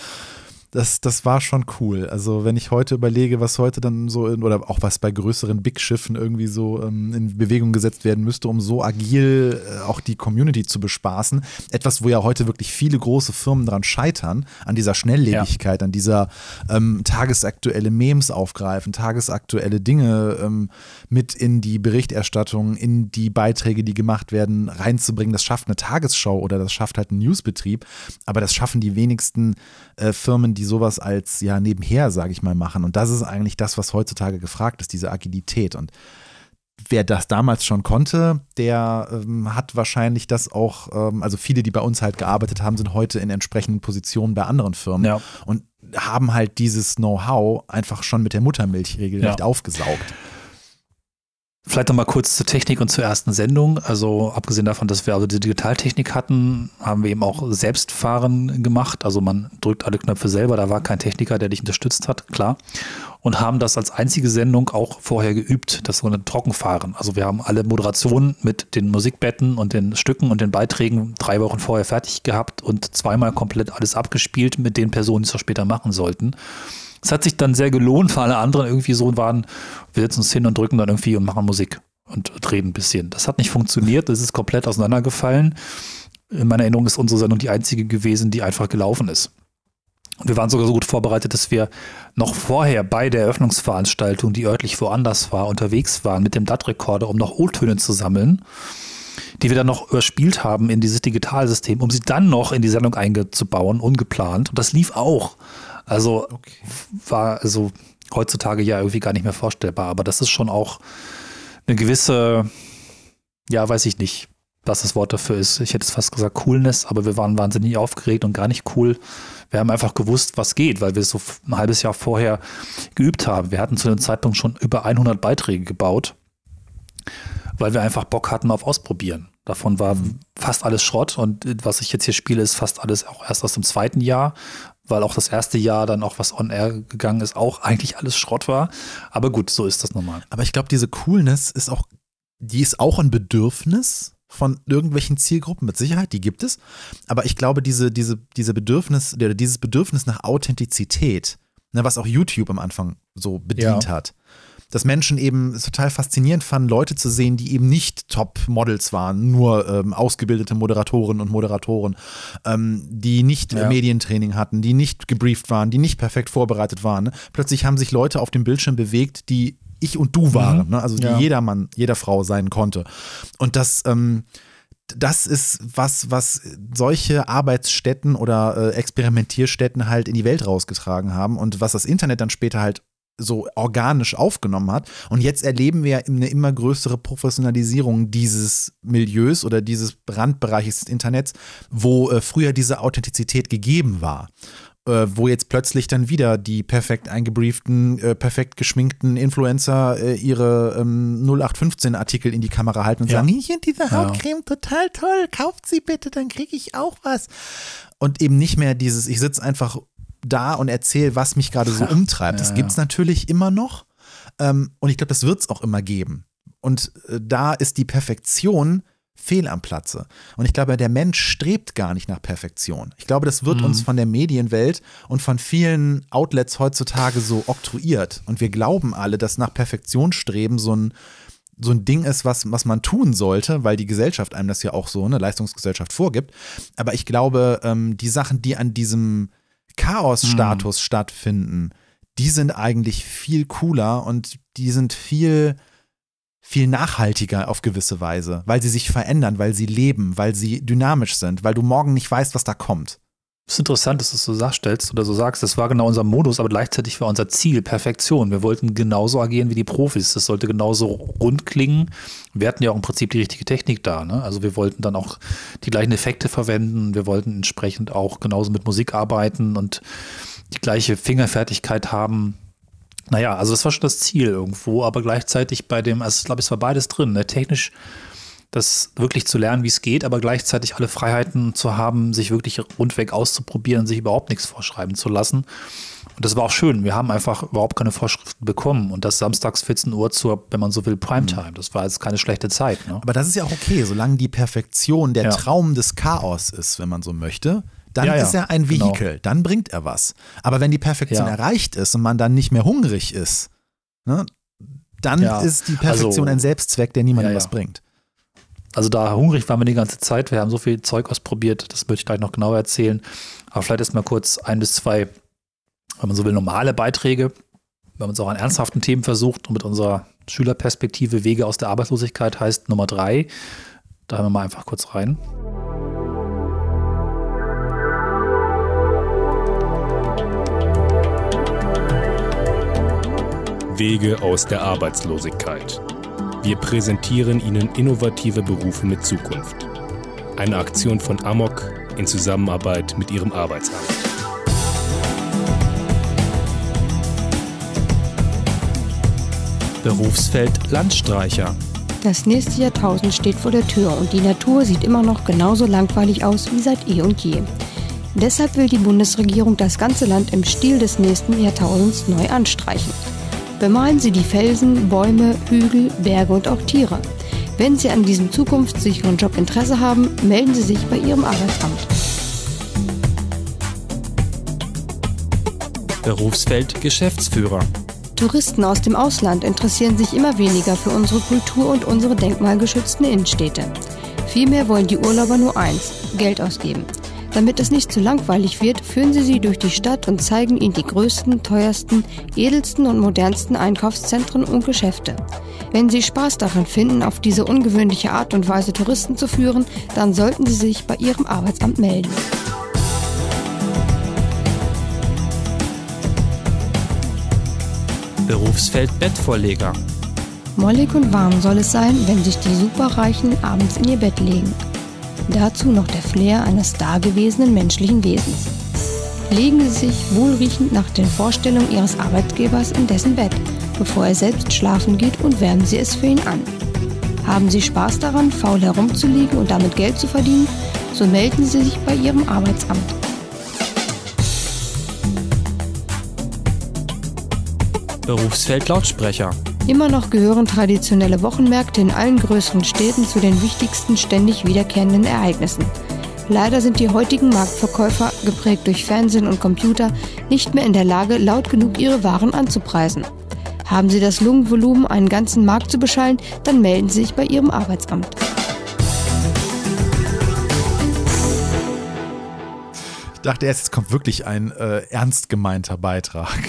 Das war schon cool. Also wenn ich heute überlege, was heute dann so, oder auch was bei größeren Big-Schiffen irgendwie so in Bewegung gesetzt werden müsste, um so agil auch die Community zu bespaßen. Etwas, wo ja heute wirklich viele große Firmen dran scheitern, an dieser Schnelllebigkeit, an dieser tagesaktuelle Memes aufgreifen, tagesaktuelle Dinge mit in die Berichterstattung, in die Beiträge, die gemacht werden, reinzubringen. Das schafft eine Tagesschau oder das schafft halt einen Newsbetrieb, aber das schaffen die wenigsten Firmen, die sowas als nebenher, sage ich mal, machen. Und das ist eigentlich das, was heutzutage gefragt ist, diese Agilität. Und wer das damals schon konnte, der hat wahrscheinlich das auch, also viele, die bei uns halt gearbeitet haben, sind heute in entsprechenden Positionen bei anderen Firmen und haben halt dieses Know-how einfach schon mit der Muttermilch regelrecht aufgesaugt. Vielleicht noch mal kurz zur Technik und zur ersten Sendung. Also abgesehen davon, dass wir also die Digitaltechnik hatten, haben wir eben auch Selbstfahren gemacht. Also man drückt alle Knöpfe selber, da war kein Techniker, der dich unterstützt hat, klar. Und haben das als einzige Sendung auch vorher geübt, das sogenannte Trockenfahren. Also wir haben alle Moderationen mit den Musikbetten und den Stücken und den Beiträgen 3 Wochen vorher fertig gehabt und zweimal komplett alles abgespielt mit den Personen, die es auch später machen sollten. Es hat sich dann sehr gelohnt, weil alle anderen irgendwie so waren, wir setzen uns hin und drücken dann irgendwie und machen Musik und reden ein bisschen. Das hat nicht funktioniert, das ist komplett auseinandergefallen. In meiner Erinnerung ist unsere Sendung die einzige gewesen, die einfach gelaufen ist. Und wir waren sogar so gut vorbereitet, dass wir noch vorher bei der Eröffnungsveranstaltung, die örtlich woanders war, unterwegs waren mit dem DAT-Rekorder, um noch O-Töne zu sammeln, die wir dann noch überspielt haben in dieses Digitalsystem, um sie dann noch in die Sendung einzubauen, ungeplant. Und das lief auch. Also war heutzutage ja irgendwie gar nicht mehr vorstellbar, aber das ist schon auch eine gewisse, weiß ich nicht, was das Wort dafür ist. Ich hätte es fast gesagt Coolness, aber wir waren wahnsinnig aufgeregt und gar nicht cool. Wir haben einfach gewusst, was geht, weil wir es so ein halbes Jahr vorher geübt haben. Wir hatten zu dem Zeitpunkt schon über 100 Beiträge gebaut, weil wir einfach Bock hatten auf Ausprobieren. Davon war fast alles Schrott und was ich jetzt hier spiele, ist fast alles auch erst aus dem 2. Jahr, weil auch das erste Jahr dann auch was on air gegangen ist, auch eigentlich alles Schrott war. Aber gut, so ist das normal. Aber ich glaube, diese Coolness ist auch ein Bedürfnis von irgendwelchen Zielgruppen, mit Sicherheit, die gibt es. Aber ich glaube, dieses Bedürfnis nach Authentizität, was auch YouTube am Anfang so bedient hat, dass Menschen eben es total faszinierend fanden, Leute zu sehen, die eben nicht Top-Models waren, nur ausgebildete Moderatorinnen und Moderatoren, die nicht Medientraining hatten, die nicht gebrieft waren, die nicht perfekt vorbereitet waren. Ne? Plötzlich haben sich Leute auf dem Bildschirm bewegt, die ich und du waren, ne? Also die jeder Mann, jeder Frau sein konnte. Und das ist was solche Arbeitsstätten oder Experimentierstätten halt in die Welt rausgetragen haben und was das Internet dann später halt so organisch aufgenommen hat. Und jetzt erleben wir eine immer größere Professionalisierung dieses Milieus oder dieses Randbereiches des Internets, wo früher diese Authentizität gegeben war. Wo jetzt plötzlich dann wieder die perfekt eingebrieften, perfekt geschminkten Influencer ihre 0815-Artikel in die Kamera halten und sagen, hier, diese Hautcreme, total toll, kauft sie bitte, dann kriege ich auch was. Und eben nicht mehr dieses, ich sitze einfach da und erzähle, was mich gerade so umtreibt. Das gibt es natürlich immer noch, Und ich glaube, das wird es auch immer geben. Und da ist die Perfektion fehl am Platze. Und ich glaube, der Mensch strebt gar nicht nach Perfektion. Ich glaube, das wird uns von der Medienwelt und von vielen Outlets heutzutage so oktroyiert. Und wir glauben alle, dass nach Perfektion streben so ein Ding ist, was man tun sollte, weil die Gesellschaft einem das ja auch so, eine Leistungsgesellschaft vorgibt. Aber ich glaube, die Sachen, die an diesem Chaos-Status stattfinden, die sind eigentlich viel cooler und die sind viel nachhaltiger auf gewisse Weise, weil sie sich verändern, weil sie leben, weil sie dynamisch sind, weil du morgen nicht weißt, was da kommt. Das ist interessant, dass du es so darstellst oder so sagst. Das war genau unser Modus, aber gleichzeitig war unser Ziel Perfektion. Wir wollten genauso agieren wie die Profis. Das sollte genauso rund klingen. Wir hatten ja auch im Prinzip die richtige Technik da, ne? Also wir wollten dann auch die gleichen Effekte verwenden. Wir wollten entsprechend auch genauso mit Musik arbeiten und die gleiche Fingerfertigkeit haben. Naja, also das war schon das Ziel irgendwo, aber gleichzeitig also ich glaube, es war beides drin, ne? Technisch das wirklich zu lernen, wie es geht, aber gleichzeitig alle Freiheiten zu haben, sich wirklich rundweg auszuprobieren, sich überhaupt nichts vorschreiben zu lassen. Und das war auch schön. Wir haben einfach überhaupt keine Vorschriften bekommen. Und das samstags 14 Uhr zur, wenn man so will, Primetime. Das war jetzt keine schlechte Zeit. Ne? Aber das ist ja auch okay, solange die Perfektion der Traum des Chaos ist, wenn man so möchte. Dann ist er ein Vehikel, genau. Dann bringt er was. Aber wenn die Perfektion erreicht ist und man dann nicht mehr hungrig ist, ne, dann ist die Perfektion ein Selbstzweck, der niemandem was bringt. Also da hungrig waren wir die ganze Zeit. Wir haben so viel Zeug ausprobiert, das möchte ich gleich noch genauer erzählen. Aber vielleicht erst mal kurz 1 bis 2, wenn man so will, normale Beiträge. Wir haben uns auch an ernsthaften Themen versucht und mit unserer Schülerperspektive Wege aus der Arbeitslosigkeit heißt Nummer 3. Da hören wir mal einfach kurz rein. Wege aus der Arbeitslosigkeit. Wir präsentieren Ihnen innovative Berufe mit Zukunft. Eine Aktion von Amok in Zusammenarbeit mit Ihrem Arbeitsamt. Berufsfeld Landstreicher. Das nächste Jahrtausend steht vor der Tür und die Natur sieht immer noch genauso langweilig aus wie seit eh und je. Deshalb will die Bundesregierung das ganze Land im Stil des nächsten Jahrtausends neu anstreichen. Bemalen Sie die Felsen, Bäume, Hügel, Berge und auch Tiere. Wenn Sie an diesem zukunftssicheren Job Interesse haben, melden Sie sich bei Ihrem Arbeitsamt. Berufsfeld Geschäftsführer. Touristen aus dem Ausland interessieren sich immer weniger für unsere Kultur und unsere denkmalgeschützten Innenstädte. Vielmehr wollen die Urlauber nur eins: Geld ausgeben. Damit es nicht zu langweilig wird, führen sie durch die Stadt und zeigen ihnen die größten, teuersten, edelsten und modernsten Einkaufszentren und Geschäfte. Wenn Sie Spaß daran finden, auf diese ungewöhnliche Art und Weise Touristen zu führen, dann sollten Sie sich bei Ihrem Arbeitsamt melden. Berufsfeld Bettvorleger. Mollig und warm soll es sein, wenn sich die Superreichen abends in ihr Bett legen. Dazu noch der Flair eines dagewesenen menschlichen Wesens. Legen Sie sich wohlriechend nach den Vorstellungen Ihres Arbeitgebers in dessen Bett, bevor er selbst schlafen geht, und wärmen Sie es für ihn an. Haben Sie Spaß daran, faul herumzuliegen und damit Geld zu verdienen, so melden Sie sich bei Ihrem Arbeitsamt. Berufsfeld Lautsprecher. Immer noch gehören traditionelle Wochenmärkte in allen größeren Städten zu den wichtigsten ständig wiederkehrenden Ereignissen. Leider sind die heutigen Marktverkäufer, geprägt durch Fernsehen und Computer, nicht mehr in der Lage, laut genug ihre Waren anzupreisen. Haben Sie das Lungenvolumen, einen ganzen Markt zu beschallen, dann melden Sie sich bei Ihrem Arbeitsamt. Ich dachte erst, jetzt kommt wirklich ein ernst gemeinter Beitrag.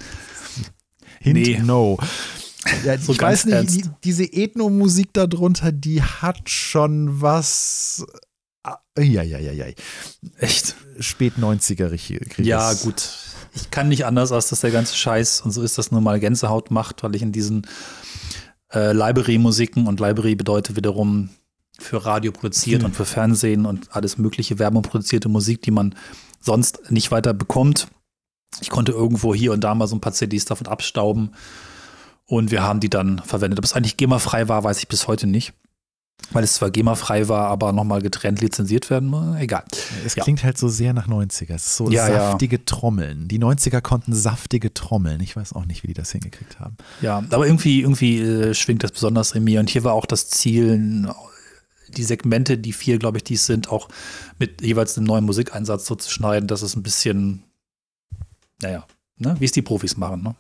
No. Ja, so ich weiß nicht, ernst. diese Ethno-Musik darunter, die hat schon was. Ja. Echt? Spät-90er. Ja, gut. Ich kann nicht anders, als dass der ganze Scheiß, und so ist das nun mal, Gänsehaut macht, weil ich in diesen Library-Musiken, und Library bedeutet wiederum für Radio produziert und für Fernsehen und alles mögliche Werbung produzierte Musik, die man sonst nicht weiter bekommt. Ich konnte irgendwo hier und da mal so ein paar CDs davon abstauben. Und wir haben die dann verwendet. Ob es eigentlich GEMA-frei war, weiß ich bis heute nicht. weil es zwar GEMA-frei war, aber nochmal getrennt lizenziert werden muss. Egal. Es klingt halt so sehr nach 90er. Es ist so saftige Trommeln. Die 90er konnten saftige Trommeln. Ich weiß auch nicht, wie die das hingekriegt haben. Ja, aber irgendwie schwingt das besonders in mir. Und hier war auch das Ziel, die Segmente, die 4, glaube ich, die es sind, auch mit jeweils einem neuen Musikeinsatz so zu schneiden, dass es ein bisschen, wie es die Profis machen. Ne?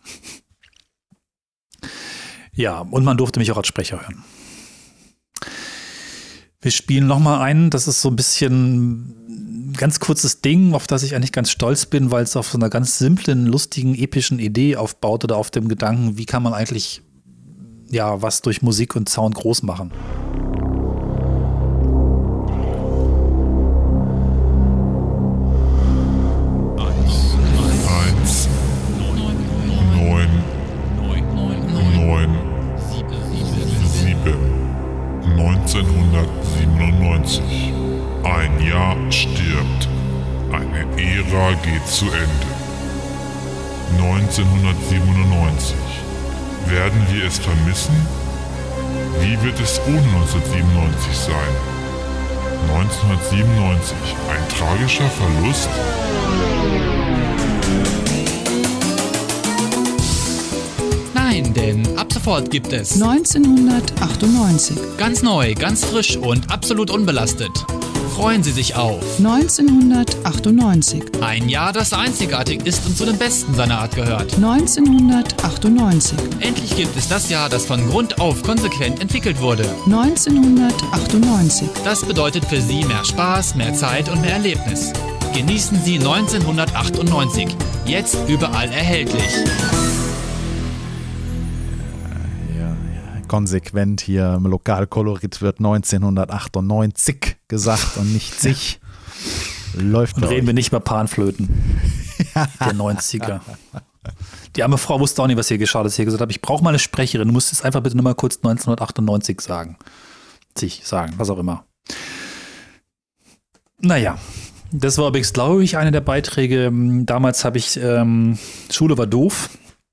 Ja, und man durfte mich auch als Sprecher hören. Wir spielen nochmal ein, das ist so ein bisschen ein ganz kurzes Ding, auf das ich eigentlich ganz stolz bin, weil es auf so einer ganz simplen, lustigen, epischen Idee aufbaut oder auf dem Gedanken, wie kann man eigentlich was durch Musik und Sound groß machen. Ein Jahr stirbt. Eine Ära geht zu Ende. 1997. Werden wir es vermissen? Wie wird es ohne 1997 sein? 1997. Ein tragischer Verlust? Nein, denn ab sofort gibt es 1998. Ganz neu, ganz frisch und absolut unbelastet. Freuen Sie sich auf 1998. Ein Jahr, das einzigartig ist und zu den Besten seiner Art gehört. 1998. Endlich gibt es das Jahr, das von Grund auf konsequent entwickelt wurde. 1998. Das bedeutet für Sie mehr Spaß, mehr Zeit und mehr Erlebnis. Genießen Sie 1998. Jetzt überall erhältlich. Konsequent hier im Lokalkolorit wird 1998 gesagt und nicht sich. Läuft. Und reden wir nicht über Panflöten. Der 90er. Die arme Frau wusste auch nicht, was hier geschah, dass ich hier gesagt habe, ich brauche mal eine Sprecherin. Du musst jetzt einfach bitte nur mal kurz 1998 sagen. Was auch immer. Naja, das war übrigens, glaube ich, einer der Beiträge. Damals habe ich, Schule war doof.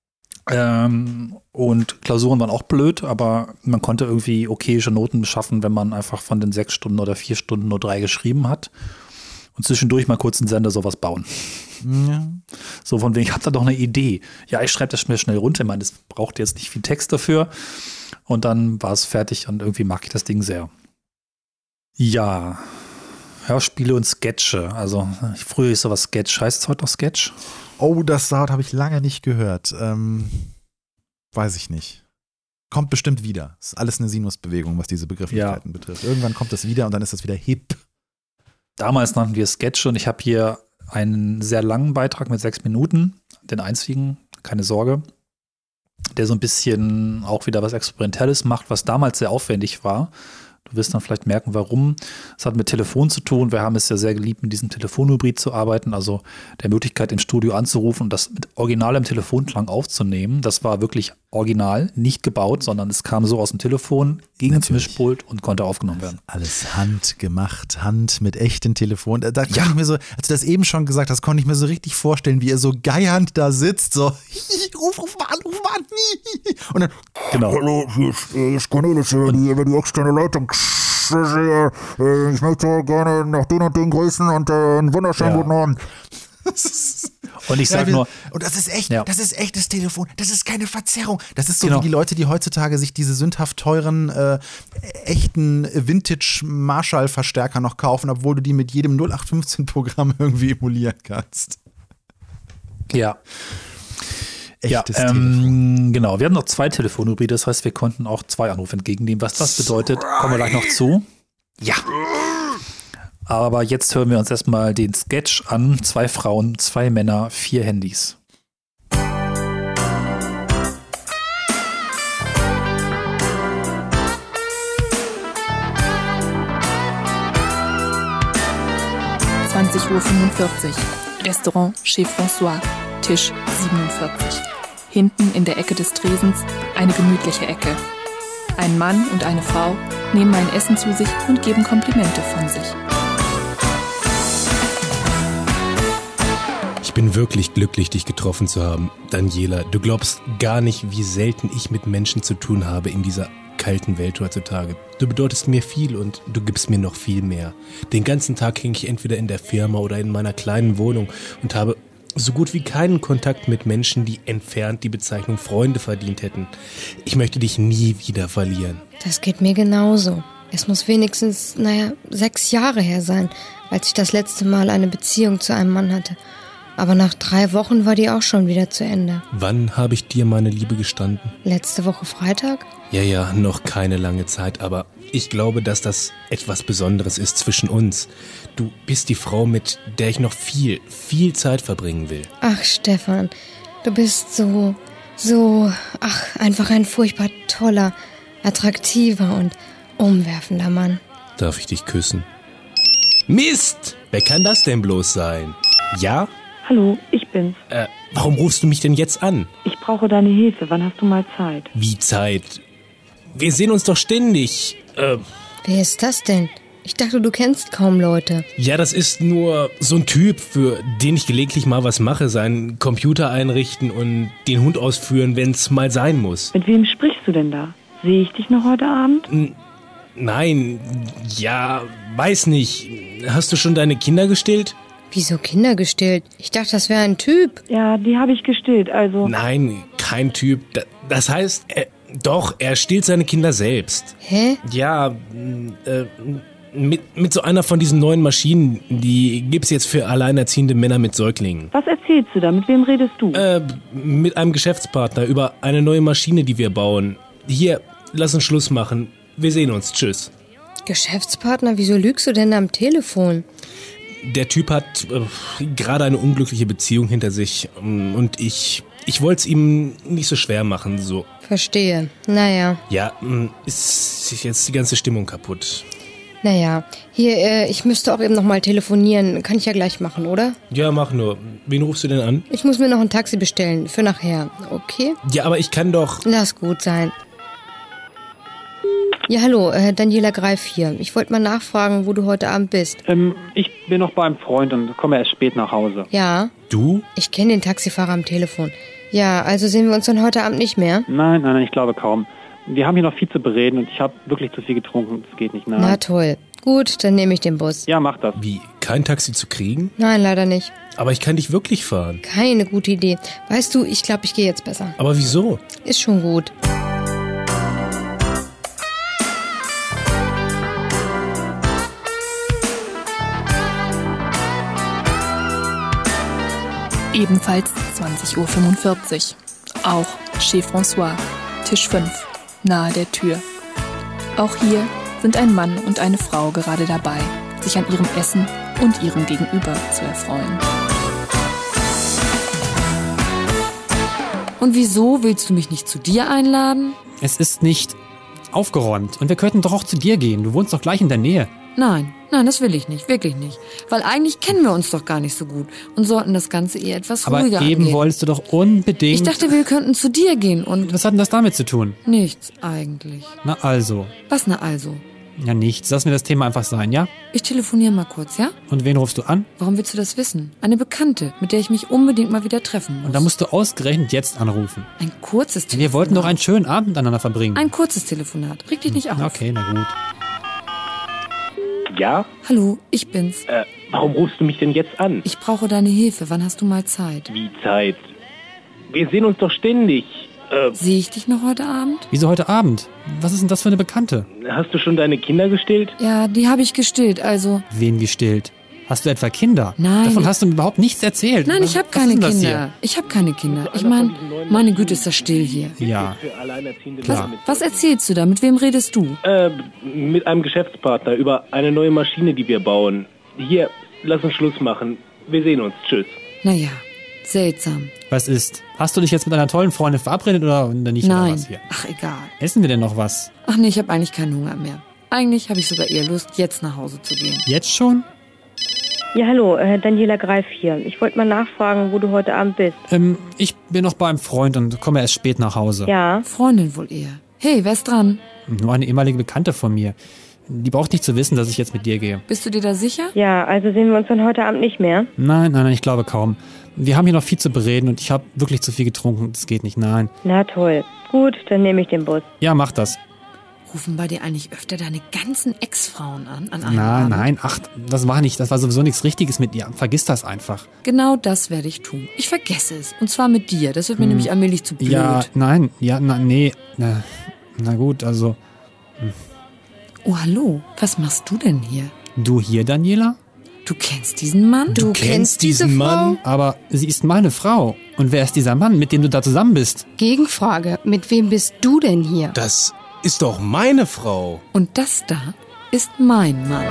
Und Klausuren waren auch blöd, aber man konnte irgendwie okayische Noten beschaffen, wenn man einfach von den 6 Stunden oder 4 Stunden nur 3 geschrieben hat und zwischendurch mal kurz einen Sender sowas bauen. Ja. So von wegen, ich habe da doch eine Idee. Ja, ich schreibe das mir schnell runter. Ich meine, das braucht jetzt nicht viel Text dafür. Und dann war es fertig und irgendwie mag ich das Ding sehr. Ja, Hörspiele und Sketche. Also früher ist sowas Sketch. Heißt es heute noch Sketch? Oh, das Wort habe ich lange nicht gehört. Weiß ich nicht. Kommt bestimmt wieder. Ist alles eine Sinusbewegung, was diese Begrifflichkeiten betrifft. Irgendwann kommt das wieder und dann ist das wieder hip. Damals nannten wir Sketche und ich habe hier einen sehr langen Beitrag mit 6 Minuten, den einzigen, keine Sorge, der so ein bisschen auch wieder was Experimentelles macht, was damals sehr aufwendig war. Du wirst dann vielleicht merken, warum. Es hat mit Telefon zu tun. Wir haben es ja sehr geliebt, mit diesem Telefonhybrid zu arbeiten, also der Möglichkeit, im Studio anzurufen und das mit originalem Telefonklang aufzunehmen. Das war wirklich original, nicht gebaut, sondern es kam so aus dem Telefon, ging ins Mischpult und konnte aufgenommen werden. Alles handgemacht, Hand mit echten Telefon. Da kann ich mir so, als du das eben schon gesagt hast, konnte ich mir so richtig vorstellen, wie er so geiernd da sitzt, so ruf mal an. Und dann, genau. Hallo, hier ist Cornelis, über die externe Leitung. Ich möchte gerne nach den und den grüßen und einen wunderschönen guten Abend. Und ich sag nur. Und das ist echt, das ist echtes Telefon, das ist keine Verzerrung. Das ist so wie die Leute, die heutzutage sich diese sündhaft teuren, echten Vintage-Marshall-Verstärker noch kaufen, obwohl du die mit jedem 0815-Programm irgendwie emulieren kannst. Ja. Echtes Telefon. Genau, wir hatten noch 2 Telefonhybride, das heißt, wir konnten auch 2 Anrufe entgegennehmen. Was das bedeutet, kommen wir gleich noch zu. Ja. Aber jetzt hören wir uns erstmal den Sketch an. 2 Frauen, 2 Männer, 4 Handys. Uhr 45. Restaurant Chez François. Tisch 47. Hinten in der Ecke des Tresens eine gemütliche Ecke. Ein Mann und eine Frau nehmen ein Essen zu sich und geben Komplimente von sich. Ich bin wirklich glücklich, dich getroffen zu haben, Daniela. Du glaubst gar nicht, wie selten ich mit Menschen zu tun habe in dieser kalten Welt heutzutage. Du bedeutest mir viel und du gibst mir noch viel mehr. Den ganzen Tag hänge ich entweder in der Firma oder in meiner kleinen Wohnung und habe so gut wie keinen Kontakt mit Menschen, die entfernt die Bezeichnung Freunde verdient hätten. Ich möchte dich nie wieder verlieren. Das geht mir genauso. Es muss wenigstens, 6 Jahre her sein, als ich das letzte Mal eine Beziehung zu einem Mann hatte. Aber nach 3 Wochen war die auch schon wieder zu Ende. Wann habe ich dir meine Liebe gestanden? Letzte Woche Freitag? Ja, noch keine lange Zeit, aber ich glaube, dass das etwas Besonderes ist zwischen uns. Du bist die Frau, mit der ich noch viel Zeit verbringen will. Ach, Stefan, du bist einfach ein furchtbar toller, attraktiver und umwerfender Mann. Darf ich dich küssen? Mist! Wer kann das denn bloß sein? Ja? Hallo, ich bin's. Warum rufst du mich denn jetzt an? Ich brauche deine Hilfe. Wann hast du mal Zeit? Wie Zeit? Wir sehen uns doch ständig. Wer ist das denn? Ich dachte, du kennst kaum Leute. Ja, das ist nur so ein Typ, für den ich gelegentlich mal was mache. Seinen Computer einrichten und den Hund ausführen, wenn's mal sein muss. Mit wem sprichst du denn da? Sehe ich dich noch heute Abend? Nein, ja, weiß nicht. Hast du schon deine Kinder gestillt? Wieso Kinder gestillt? Ich dachte, das wäre ein Typ. Ja, die habe ich gestillt, also... Nein, kein Typ. Das heißt, er stillt seine Kinder selbst. Hä? Ja, mit so einer von diesen neuen Maschinen, die gibt's jetzt für alleinerziehende Männer mit Säuglingen. Was erzählst du da? Mit wem redest du? Mit einem Geschäftspartner über eine neue Maschine, die wir bauen. Hier, lass uns Schluss machen. Wir sehen uns. Tschüss. Geschäftspartner? Wieso lügst du denn am Telefon? Der Typ hat gerade eine unglückliche Beziehung hinter sich und ich wollte es ihm nicht so schwer machen, so. Verstehe. Naja. Ja, ist jetzt die ganze Stimmung kaputt. Naja, hier, ich müsste auch eben nochmal telefonieren. Kann ich ja gleich machen, oder? Ja, mach nur. Wen rufst du denn an? Ich muss mir noch ein Taxi bestellen, für nachher, okay? Ja, aber ich kann doch... Lass gut sein. Ja, hallo, Daniela Greif hier. Ich wollte mal nachfragen, wo du heute Abend bist. Ich bin noch bei einem Freund und komme erst spät nach Hause. Ja? Du? Ich kenne den Taxifahrer am Telefon. Ja, also sehen wir uns dann heute Abend nicht mehr? Nein, ich glaube kaum. Wir haben hier noch viel zu bereden und ich habe wirklich zu viel getrunken. Das geht nicht, nein. Na toll. Gut, dann nehme ich den Bus. Ja, mach das. Wie, kein Taxi zu kriegen? Nein, leider nicht. Aber ich kann dich wirklich fahren. Keine gute Idee. Weißt du, ich glaube, ich gehe jetzt besser. Aber wieso? Ist schon gut. Ebenfalls 20:45 Uhr. Auch chez François, Tisch 5, nahe der Tür. Auch hier sind ein Mann und eine Frau gerade dabei, sich an ihrem Essen und ihrem Gegenüber zu erfreuen. Und wieso willst du mich nicht zu dir einladen? Es ist nicht aufgeräumt und wir könnten doch auch zu dir gehen. Du wohnst doch gleich in der Nähe. Nein, das will ich nicht, wirklich nicht. Weil eigentlich kennen wir uns doch gar nicht so gut und sollten das Ganze eher etwas ruhiger angehen. Aber eben wolltest du doch unbedingt... Ich dachte, wir könnten zu dir gehen und... Was hat denn das damit zu tun? Nichts, eigentlich. Na also. Was na also? Ja, nichts. Lass mir das Thema einfach sein, ja? Ich telefoniere mal kurz, ja? Und wen rufst du an? Warum willst du das wissen? Eine Bekannte, mit der ich mich unbedingt mal wieder treffen muss. Und da musst du ausgerechnet jetzt anrufen. Ein kurzes Telefonat? Wir wollten doch einen schönen Abend miteinander verbringen. Ein kurzes Telefonat. Reg dich nicht auf. Okay, na gut. Ja? Hallo, ich bin's. Warum rufst du mich denn jetzt an? Ich brauche deine Hilfe. Wann hast du mal Zeit? Wie Zeit? Wir sehen uns doch ständig. Sehe ich dich noch heute Abend? Wieso heute Abend? Was ist denn das für eine Bekannte? Hast du schon deine Kinder gestillt? Ja, die habe ich gestillt, also... Wen gestillt? Hast du etwa Kinder? Nein. Davon hast du mir überhaupt nichts erzählt. Nein, ich habe keine Kinder. Ich habe keine Kinder. Ich meine Güte, ist das still hier. Ja, klar. Was erzählst du da? Mit wem redest du? Mit einem Geschäftspartner über eine neue Maschine, die wir bauen. Hier, lass uns Schluss machen. Wir sehen uns. Tschüss. Naja, seltsam. Was ist? Hast du dich jetzt mit einer tollen Freundin verabredet oder nicht? Nein. Oder was hier? Ach, egal. Essen wir denn noch was? Ach nee, ich habe eigentlich keinen Hunger mehr. Eigentlich habe ich sogar eher Lust, jetzt nach Hause zu gehen. Jetzt schon? Ja, hallo, Daniela Greif hier. Ich wollte mal nachfragen, wo du heute Abend bist. Ich bin noch bei einem Freund und komme erst spät nach Hause. Ja. Freundin wohl eher. Hey, wer ist dran? Nur eine ehemalige Bekannte von mir. Die braucht nicht zu wissen, dass ich jetzt mit dir gehe. Bist du dir da sicher? Ja, also sehen wir uns dann heute Abend nicht mehr? Nein, ich glaube kaum. Wir haben hier noch viel zu bereden und ich habe wirklich zu viel getrunken. Das geht nicht, nein. Na toll. Gut, dann nehme ich den Bus. Ja, mach das. rufen bei dir eigentlich öfter deine ganzen Ex-Frauen an einem Abend? Nein, ach, das war sowieso nichts Richtiges mit dir. Vergiss das einfach. Genau das werde ich tun. Ich vergesse es. Und zwar mit dir. Das wird mir nämlich allmählich zu blöd. Na gut, also. Oh, hallo. Was machst du denn hier? Du hier, Daniela? Du kennst diesen Mann? Du kennst diesen Mann? Aber sie ist meine Frau. Und wer ist dieser Mann, mit dem du da zusammen bist? Gegenfrage, mit wem bist du denn hier? Das ist doch meine Frau. Und das da ist mein Mann.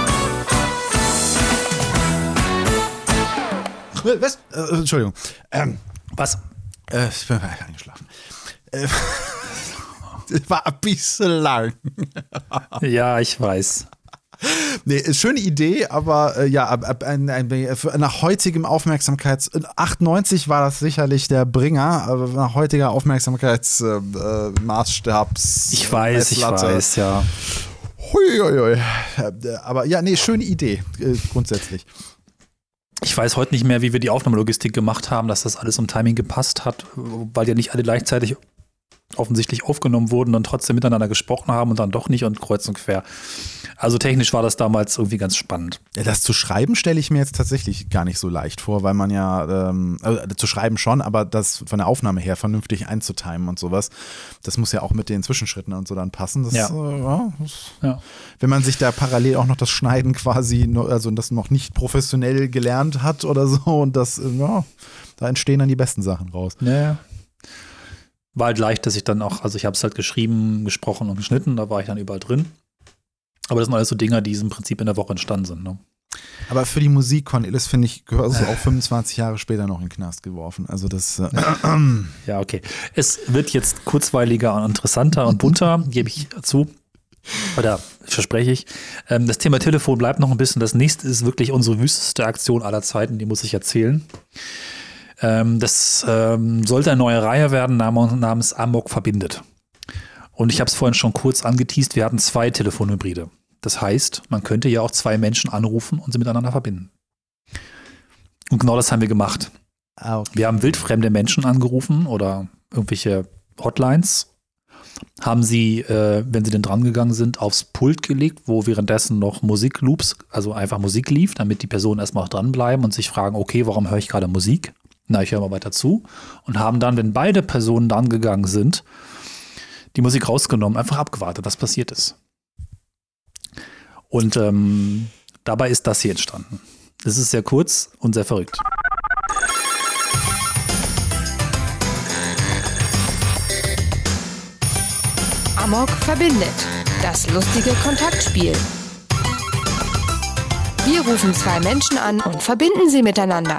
Was? Entschuldigung. Was? Ich bin eingeschlafen. War ein bisschen lang. Ja, ich weiß. Nee, schöne Idee, aber nach heutigem 98 war das sicherlich der Bringer, aber nach heutiger Aufmerksamkeitsmaßstabs. Ich weiß, ja. Huiuiui. Aber ja, nee, schöne Idee, grundsätzlich. Ich weiß heute nicht mehr, wie wir die Aufnahmelogistik gemacht haben, dass das alles um Timing gepasst hat, weil ja nicht alle gleichzeitig offensichtlich aufgenommen wurden und trotzdem miteinander gesprochen haben und dann doch nicht und kreuz und quer. Also technisch war das damals irgendwie ganz spannend. Ja, das zu schreiben stelle ich mir jetzt tatsächlich gar nicht so leicht vor, weil man ja, zu schreiben schon, aber das von der Aufnahme her vernünftig einzutimen und sowas, das muss ja auch mit den Zwischenschritten und so dann passen. Das, ja. Wenn man sich da parallel auch noch das Schneiden quasi, also das noch nicht professionell gelernt hat oder so und das, da entstehen dann die besten Sachen raus. Ja. War halt leicht, dass ich dann auch, also ich habe es halt geschrieben, gesprochen und geschnitten, da war ich dann überall drin. Aber das sind alles so Dinger, die im Prinzip in der Woche entstanden sind. Ne? Aber für die Musik, Cornelis, finde ich, gehört es auch 25 Jahre später noch in den Knast geworfen. Also das. Ja, okay. Es wird jetzt kurzweiliger und interessanter und bunter, gebe ich zu. Oder verspreche ich. Das Thema Telefon bleibt noch ein bisschen. Das nächste ist wirklich unsere wüsteste Aktion aller Zeiten, die muss ich erzählen. Das sollte eine neue Reihe werden, namens Amok verbindet. Und ich habe es vorhin schon kurz angeteast, wir hatten 2 Telefonhybride. Das heißt, man könnte ja auch 2 Menschen anrufen und sie miteinander verbinden. Und genau das haben wir gemacht. Okay. Wir haben wildfremde Menschen angerufen oder irgendwelche Hotlines, haben sie, wenn sie denn dran gegangen sind, aufs Pult gelegt, wo währenddessen noch Musikloops, also einfach Musik lief, damit die Personen erstmal auch dranbleiben und sich fragen, okay, warum höre ich gerade Musik? Na, ich höre mal weiter zu. Und haben dann, wenn beide Personen dran gegangen sind, die Musik rausgenommen, einfach abgewartet, was passiert ist. Und dabei ist das hier entstanden. Das ist sehr kurz und sehr verrückt. Amok verbindet. Das lustige Kontaktspiel. Wir rufen 2 Menschen an und verbinden sie miteinander.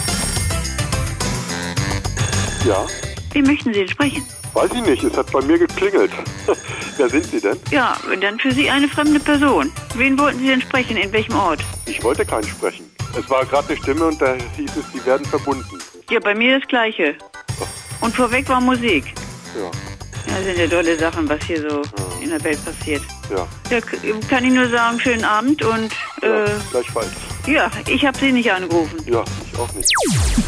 Ja? Wie möchten Sie denn sprechen? Weiß ich nicht, es hat bei mir geklingelt. Wer sind Sie denn? Ja, dann für Sie eine fremde Person. Wen wollten Sie denn sprechen? In welchem Ort? Ich wollte keinen sprechen. Es war gerade eine Stimme und da hieß es, die werden verbunden. Ja, bei mir das Gleiche. Und vorweg war Musik. Ja. Das sind ja tolle Sachen, was hier so in der Welt passiert. Ja. Ja, kann ich nur sagen, schönen Abend und gleichfalls. Ja, ich habe Sie nicht angerufen. Ja, ich auch nicht.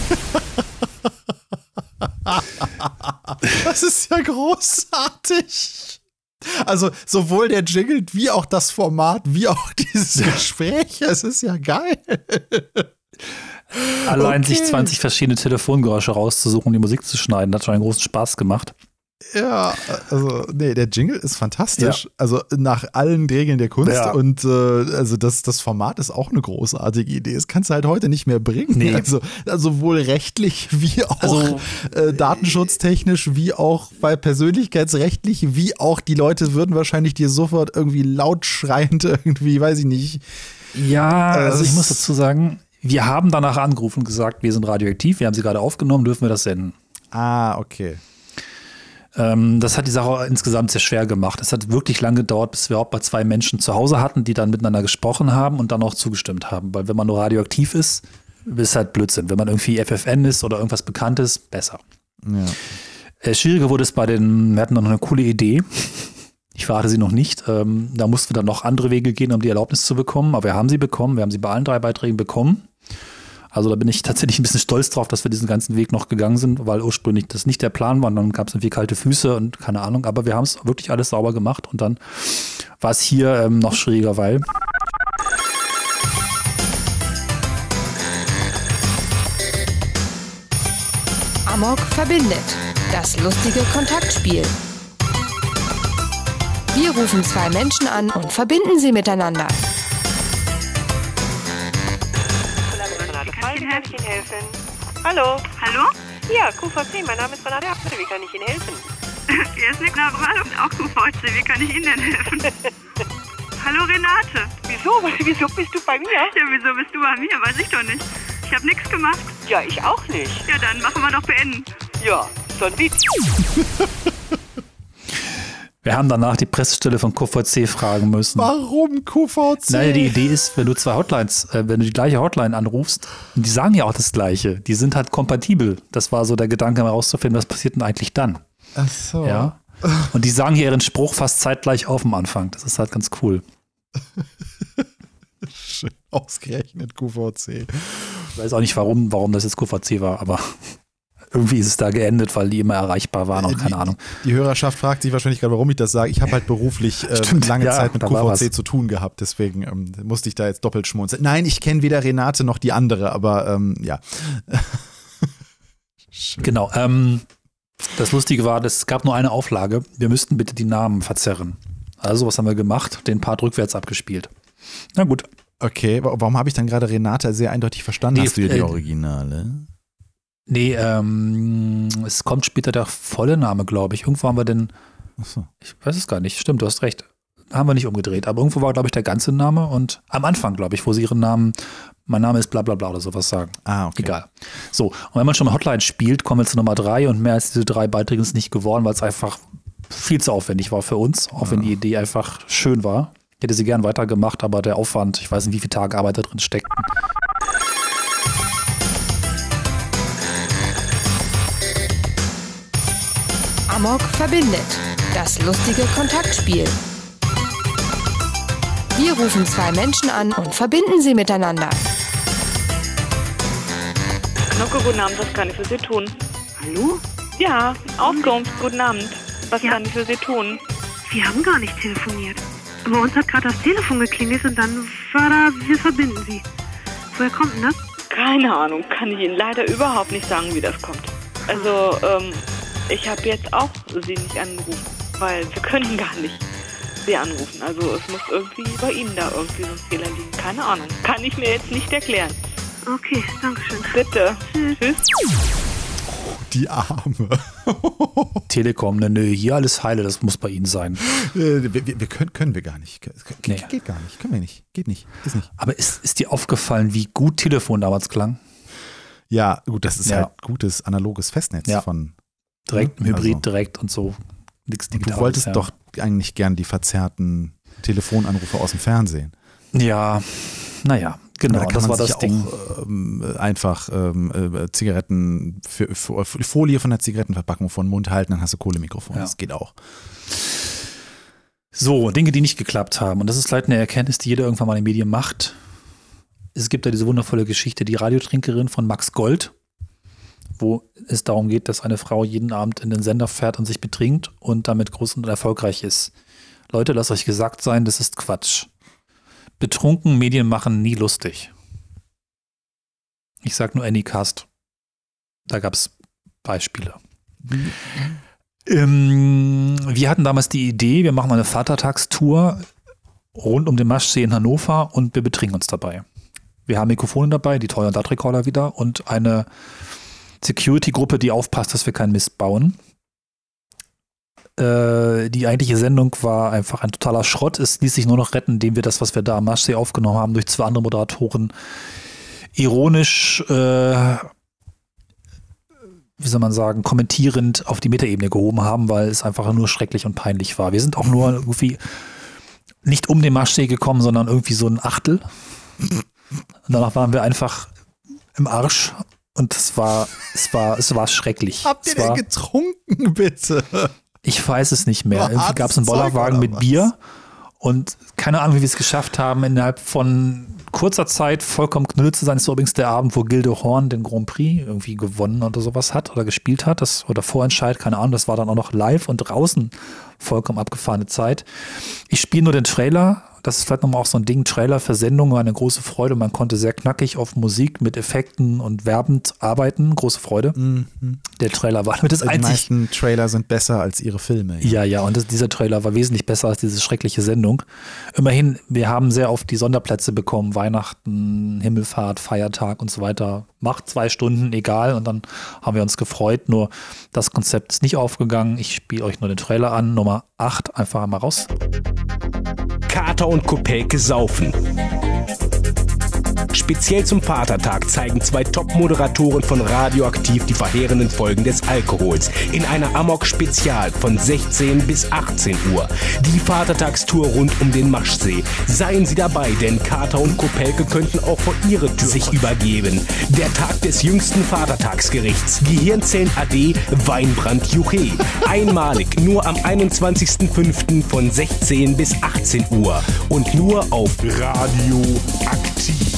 Das ist ja großartig. Also sowohl der Jingle wie auch das Format, wie auch dieses Gespräch. Es ist ja geil. Allein sich 20 verschiedene Telefongeräusche rauszusuchen, um die Musik zu schneiden, hat schon einen großen Spaß gemacht. Ja, also nee, der Jingle ist fantastisch. Ja. Also nach allen Regeln der Kunst Ja. und also das Format ist auch eine großartige Idee. Das kannst du halt heute nicht mehr bringen. Nee. Also sowohl rechtlich wie auch datenschutztechnisch, wie auch bei persönlichkeitsrechtlich, wie auch die Leute würden wahrscheinlich dir sofort irgendwie laut schreiend irgendwie, weiß ich nicht. Ja, also ich muss dazu sagen, wir haben danach angerufen und gesagt, wir sind radioaktiv, wir haben sie gerade aufgenommen, dürfen wir das senden? Ah, okay. Das hat die Sache insgesamt sehr schwer gemacht. Es hat wirklich lange gedauert, bis wir auch bei 2 Menschen zu Hause hatten, die dann miteinander gesprochen haben und dann auch zugestimmt haben. Weil wenn man nur radioaktiv ist halt Blödsinn. Wenn man irgendwie FFN ist oder irgendwas Bekanntes, besser. Ja. Schwieriger wurde es wir hatten noch eine coole Idee. Ich verrate sie noch nicht. Da mussten wir dann noch andere Wege gehen, um die Erlaubnis zu bekommen. Aber wir haben sie bekommen. Wir haben sie bei allen 3 Beiträgen bekommen. Also da bin ich tatsächlich ein bisschen stolz drauf, dass wir diesen ganzen Weg noch gegangen sind, weil ursprünglich das nicht der Plan war. Und dann gab es irgendwie kalte Füße und keine Ahnung. Aber wir haben es wirklich alles sauber gemacht. Und dann war es hier noch schräger, weil Amok verbindet. Das lustige Kontaktspiel. Wir rufen 2 Menschen an und verbinden sie miteinander. Kann ich Ihnen helfen? Hallo? Hallo? Ja, QVC, mein Name ist Renate. Wie kann ich Ihnen helfen? Hier ist Nick Navarro, auch QVC. Wie kann ich Ihnen denn helfen? Hallo Renate. Wieso bist du bei mir? Ja, wieso bist du bei mir? Weiß ich doch nicht. Ich habe nichts gemacht. Ja, ich auch nicht. Ja, dann machen wir doch beenden. Ja, so ein Witz. wir haben danach die Pressestelle von QVC fragen müssen. Warum QVC? Naja, die Idee ist, wenn du 2 Hotlines, wenn du die gleiche Hotline anrufst, und die sagen ja auch das Gleiche, die sind halt kompatibel. Das war so der Gedanke, herauszufinden, was passiert denn eigentlich dann. Ach so. Ja. Und die sagen hier ihren Spruch fast zeitgleich auf dem Anfang. Das ist halt ganz cool. Schön ausgerechnet QVC. Ich weiß auch nicht, warum das jetzt QVC war, aber irgendwie ist es da geendet, weil die immer erreichbar waren und keine Ahnung. Die Hörerschaft fragt sich wahrscheinlich gerade, warum ich das sage. Ich habe halt beruflich lange Zeit mit QVC zu tun gehabt, deswegen musste ich da jetzt doppelt schmunzeln. Nein, ich kenne weder Renate noch die andere, aber ja. Genau. Das Lustige war, es gab nur eine Auflage. Wir müssten bitte die Namen verzerren. Also, was haben wir gemacht? Den Part rückwärts abgespielt. Na gut. Okay, warum habe ich dann gerade Renate sehr eindeutig verstanden? Hast du die Originale? Nee, es kommt später der volle Name, glaube ich. Irgendwo haben wir den, ich weiß es gar nicht, stimmt, du hast recht. Haben wir nicht umgedreht, aber irgendwo war, glaube ich, der ganze Name und am Anfang, glaube ich, wo sie ihren Namen, mein Name ist bla bla bla oder sowas sagen. Ah, okay. Egal. So, und wenn man schon mal Hotline spielt, kommen wir zu Nummer 3 und mehr als diese 3 Beiträge ist nicht geworden, weil es einfach viel zu aufwendig war für uns, auch wenn die Idee einfach schön war. Ich hätte sie gern weitergemacht, aber der Aufwand, ich weiß nicht, wie viele Tage Arbeit da drin steckten. Amok verbindet. Das lustige Kontaktspiel. Wir rufen 2 Menschen an und verbinden sie miteinander. Knocke, guten Abend, was kann ich für Sie tun? Hallo? Ja, Auskunft, guten Abend. Was kann ich für Sie tun? Wir haben gar nicht telefoniert. Aber uns hat gerade das Telefon geklingelt und dann war da, wir verbinden Sie. Woher kommt denn das? Keine Ahnung, kann ich Ihnen leider überhaupt nicht sagen, wie das kommt. Also, ich habe jetzt auch Sie nicht angerufen, weil wir können gar nicht Sie anrufen. Also es muss irgendwie bei Ihnen da irgendwie so ein Fehler liegen. Keine Ahnung, kann ich mir jetzt nicht erklären. Okay, danke schön. Bitte. Tschüss. Die Arme. Telekom, nö, hier alles heile, das muss bei Ihnen sein. Wir können wir gar nicht. Geht gar nicht, können wir nicht. Geht nicht, ist nicht. Aber ist dir aufgefallen, wie gut Telefon damals klang? Ja, gut, das ist halt gutes analoges Festnetz von direkt, Hybrid, direkt und so. Nichts Digitales. Du wolltest doch eigentlich gern die verzerrten Telefonanrufe aus dem Fernsehen. Ja, naja, genau, da das war das Ding. Auch, einfach Zigaretten, Folie von der Zigarettenverpackung vor den Mund halten, dann hast du Kohlemikrofon. Ja. Das geht auch. So, Dinge, die nicht geklappt haben. Und das ist vielleicht eine Erkenntnis, die jeder irgendwann mal in den Medien macht. Es gibt ja diese wundervolle Geschichte, die Radiotrinkerin von Max Gold, wo es darum geht, dass eine Frau jeden Abend in den Sender fährt und sich betrinkt und damit groß und erfolgreich ist. Leute, lasst euch gesagt sein, das ist Quatsch. Betrunken Medien machen nie lustig. Ich sag nur Anycast. Da gab es Beispiele. Wir hatten damals die Idee, wir machen eine Vatertagstour rund um den Maschsee in Hannover und wir betrinken uns dabei. Wir haben Mikrofone dabei, die tollen DAT-Recorder wieder und eine Security-Gruppe, die aufpasst, dass wir keinen Mist bauen. Die eigentliche Sendung war einfach ein totaler Schrott. Es ließ sich nur noch retten, indem wir das, was wir da am Maschsee aufgenommen haben, durch 2 andere Moderatoren ironisch, wie soll man sagen, kommentierend auf die Metaebene gehoben haben, weil es einfach nur schrecklich und peinlich war. Wir sind auch nur irgendwie nicht um den Maschsee gekommen, sondern irgendwie so ein Achtel. Und danach waren wir einfach im Arsch und es war schrecklich. Habt ihr denn getrunken, bitte? Ich weiß es nicht mehr. Irgendwie gab es einen Bollerwagen mit Bier Und keine Ahnung, wie wir es geschafft haben, innerhalb von kurzer Zeit vollkommen knülle zu sein. Das ist übrigens der Abend, wo Gilde Horn den Grand Prix irgendwie gewonnen oder sowas hat oder gespielt hat. Oder Vorentscheid, keine Ahnung. Das war dann auch noch live und draußen vollkommen abgefahrene Zeit. Ich spiele nur den Trailer. Das ist vielleicht nochmal auch so ein Ding. Trailer für Sendungen war eine große Freude. Man konnte sehr knackig auf Musik mit Effekten und werbend arbeiten. Große Freude. Der Trailer war damit das einzige. Die meisten Trailer sind besser als ihre Filme. Ja, und dieser Trailer war wesentlich besser als diese schreckliche Sendung. Immerhin, wir haben sehr oft die Sonderplätze bekommen. Weihnachten, Himmelfahrt, Feiertag und so weiter. Macht 2 Stunden, egal. Und dann haben wir uns gefreut. Nur das Konzept ist nicht aufgegangen. Ich spiele euch nur den Trailer an. Nummer 8, einfach mal raus. Kater und Kopelke saufen. Speziell zum Vatertag zeigen 2 Top-Moderatoren von Radioaktiv die verheerenden Folgen des Alkohols in einer Amok-Spezial von 16 bis 18 Uhr. Die Vatertagstour rund um den Maschsee. Seien Sie dabei, denn Kater und Kopelke könnten auch vor Ihre Tür sich übergeben. Der Tag des jüngsten Vatertagsgerichts. Gehirnzellen AD Weinbrand Juche. Einmalig nur am 21.05. von 16 bis 18 Uhr. Und nur auf Radioaktiv.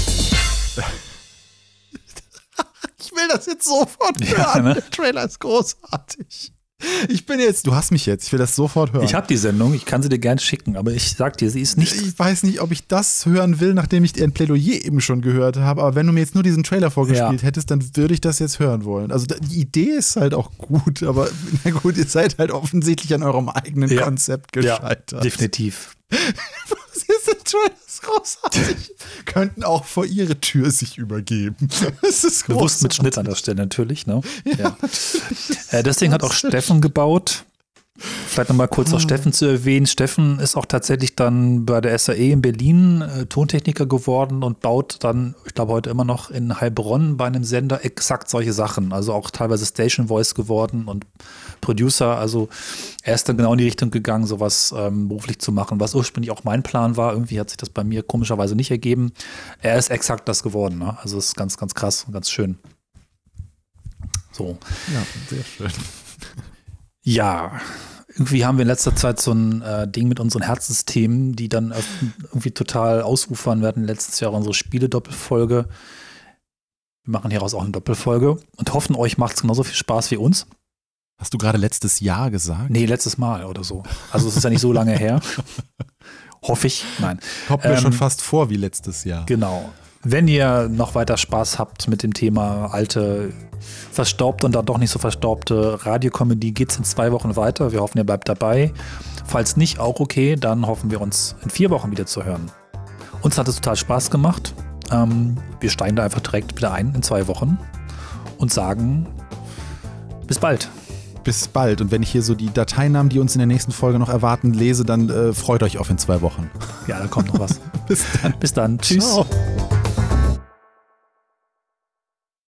Ich will das jetzt sofort hören. Ja, ne? Der Trailer ist großartig. Du hast mich jetzt, ich will das sofort hören. Ich habe die Sendung, ich kann sie dir gerne schicken, aber ich sag dir, sie ist nicht. Ich weiß nicht, ob ich das hören will, nachdem ich ein Plädoyer eben schon gehört habe, aber wenn du mir jetzt nur diesen Trailer vorgespielt hättest, dann würde ich das jetzt hören wollen. Also die Idee ist halt auch gut, aber na gut, ihr seid halt offensichtlich an eurem eigenen Konzept gescheitert. Ja, definitiv. Was ist der Trailer? Das ist großartig. Könnten auch vor ihre Tür sich übergeben. Das ist bewusst mit Schnitt an der Stelle natürlich. Ne? Ja. Das Ding hat auch Steffen gebaut. Vielleicht nochmal kurz auch Steffen zu erwähnen. Steffen ist auch tatsächlich dann bei der SAE in Berlin Tontechniker geworden und baut dann, ich glaube heute immer noch in Heilbronn bei einem Sender exakt solche Sachen. Also auch teilweise Station Voice geworden und Producer. Also er ist dann genau in die Richtung gegangen, sowas beruflich zu machen, was ursprünglich auch mein Plan war. Irgendwie hat sich das bei mir komischerweise nicht ergeben. Er ist exakt das geworden. Ne? Also ist ganz, ganz krass und ganz schön. So. Ja, sehr schön. Ja, irgendwie haben wir in letzter Zeit so ein Ding mit unseren Herzensthemen, die dann irgendwie total ausufern. Wir hatten letztes Jahr unsere Spiele-Doppelfolge. Wir machen hieraus auch eine Doppelfolge und hoffen, euch macht es genauso viel Spaß wie uns. Hast du gerade letztes Jahr gesagt? Nee, letztes Mal oder so. Also es ist ja nicht so lange her. Hoffe ich. Nein. Kommt mir schon fast vor wie letztes Jahr. Genau. Wenn ihr noch weiter Spaß habt mit dem Thema alte, verstaubte und dann doch nicht so verstaubte Radiokomödie, geht es in 2 Wochen weiter. Wir hoffen, ihr bleibt dabei. Falls nicht, auch okay, dann hoffen wir uns in 4 Wochen wieder zu hören. Uns hat es total Spaß gemacht. Wir steigen da einfach direkt wieder ein in 2 Wochen und sagen bis bald. Bis bald. Und wenn ich hier so die Dateinamen, die uns in der nächsten Folge noch erwarten, lese, dann freut euch auf in 2 Wochen. Ja, da kommt noch was. Bis dann. Bis dann. Tschüss. Ciao.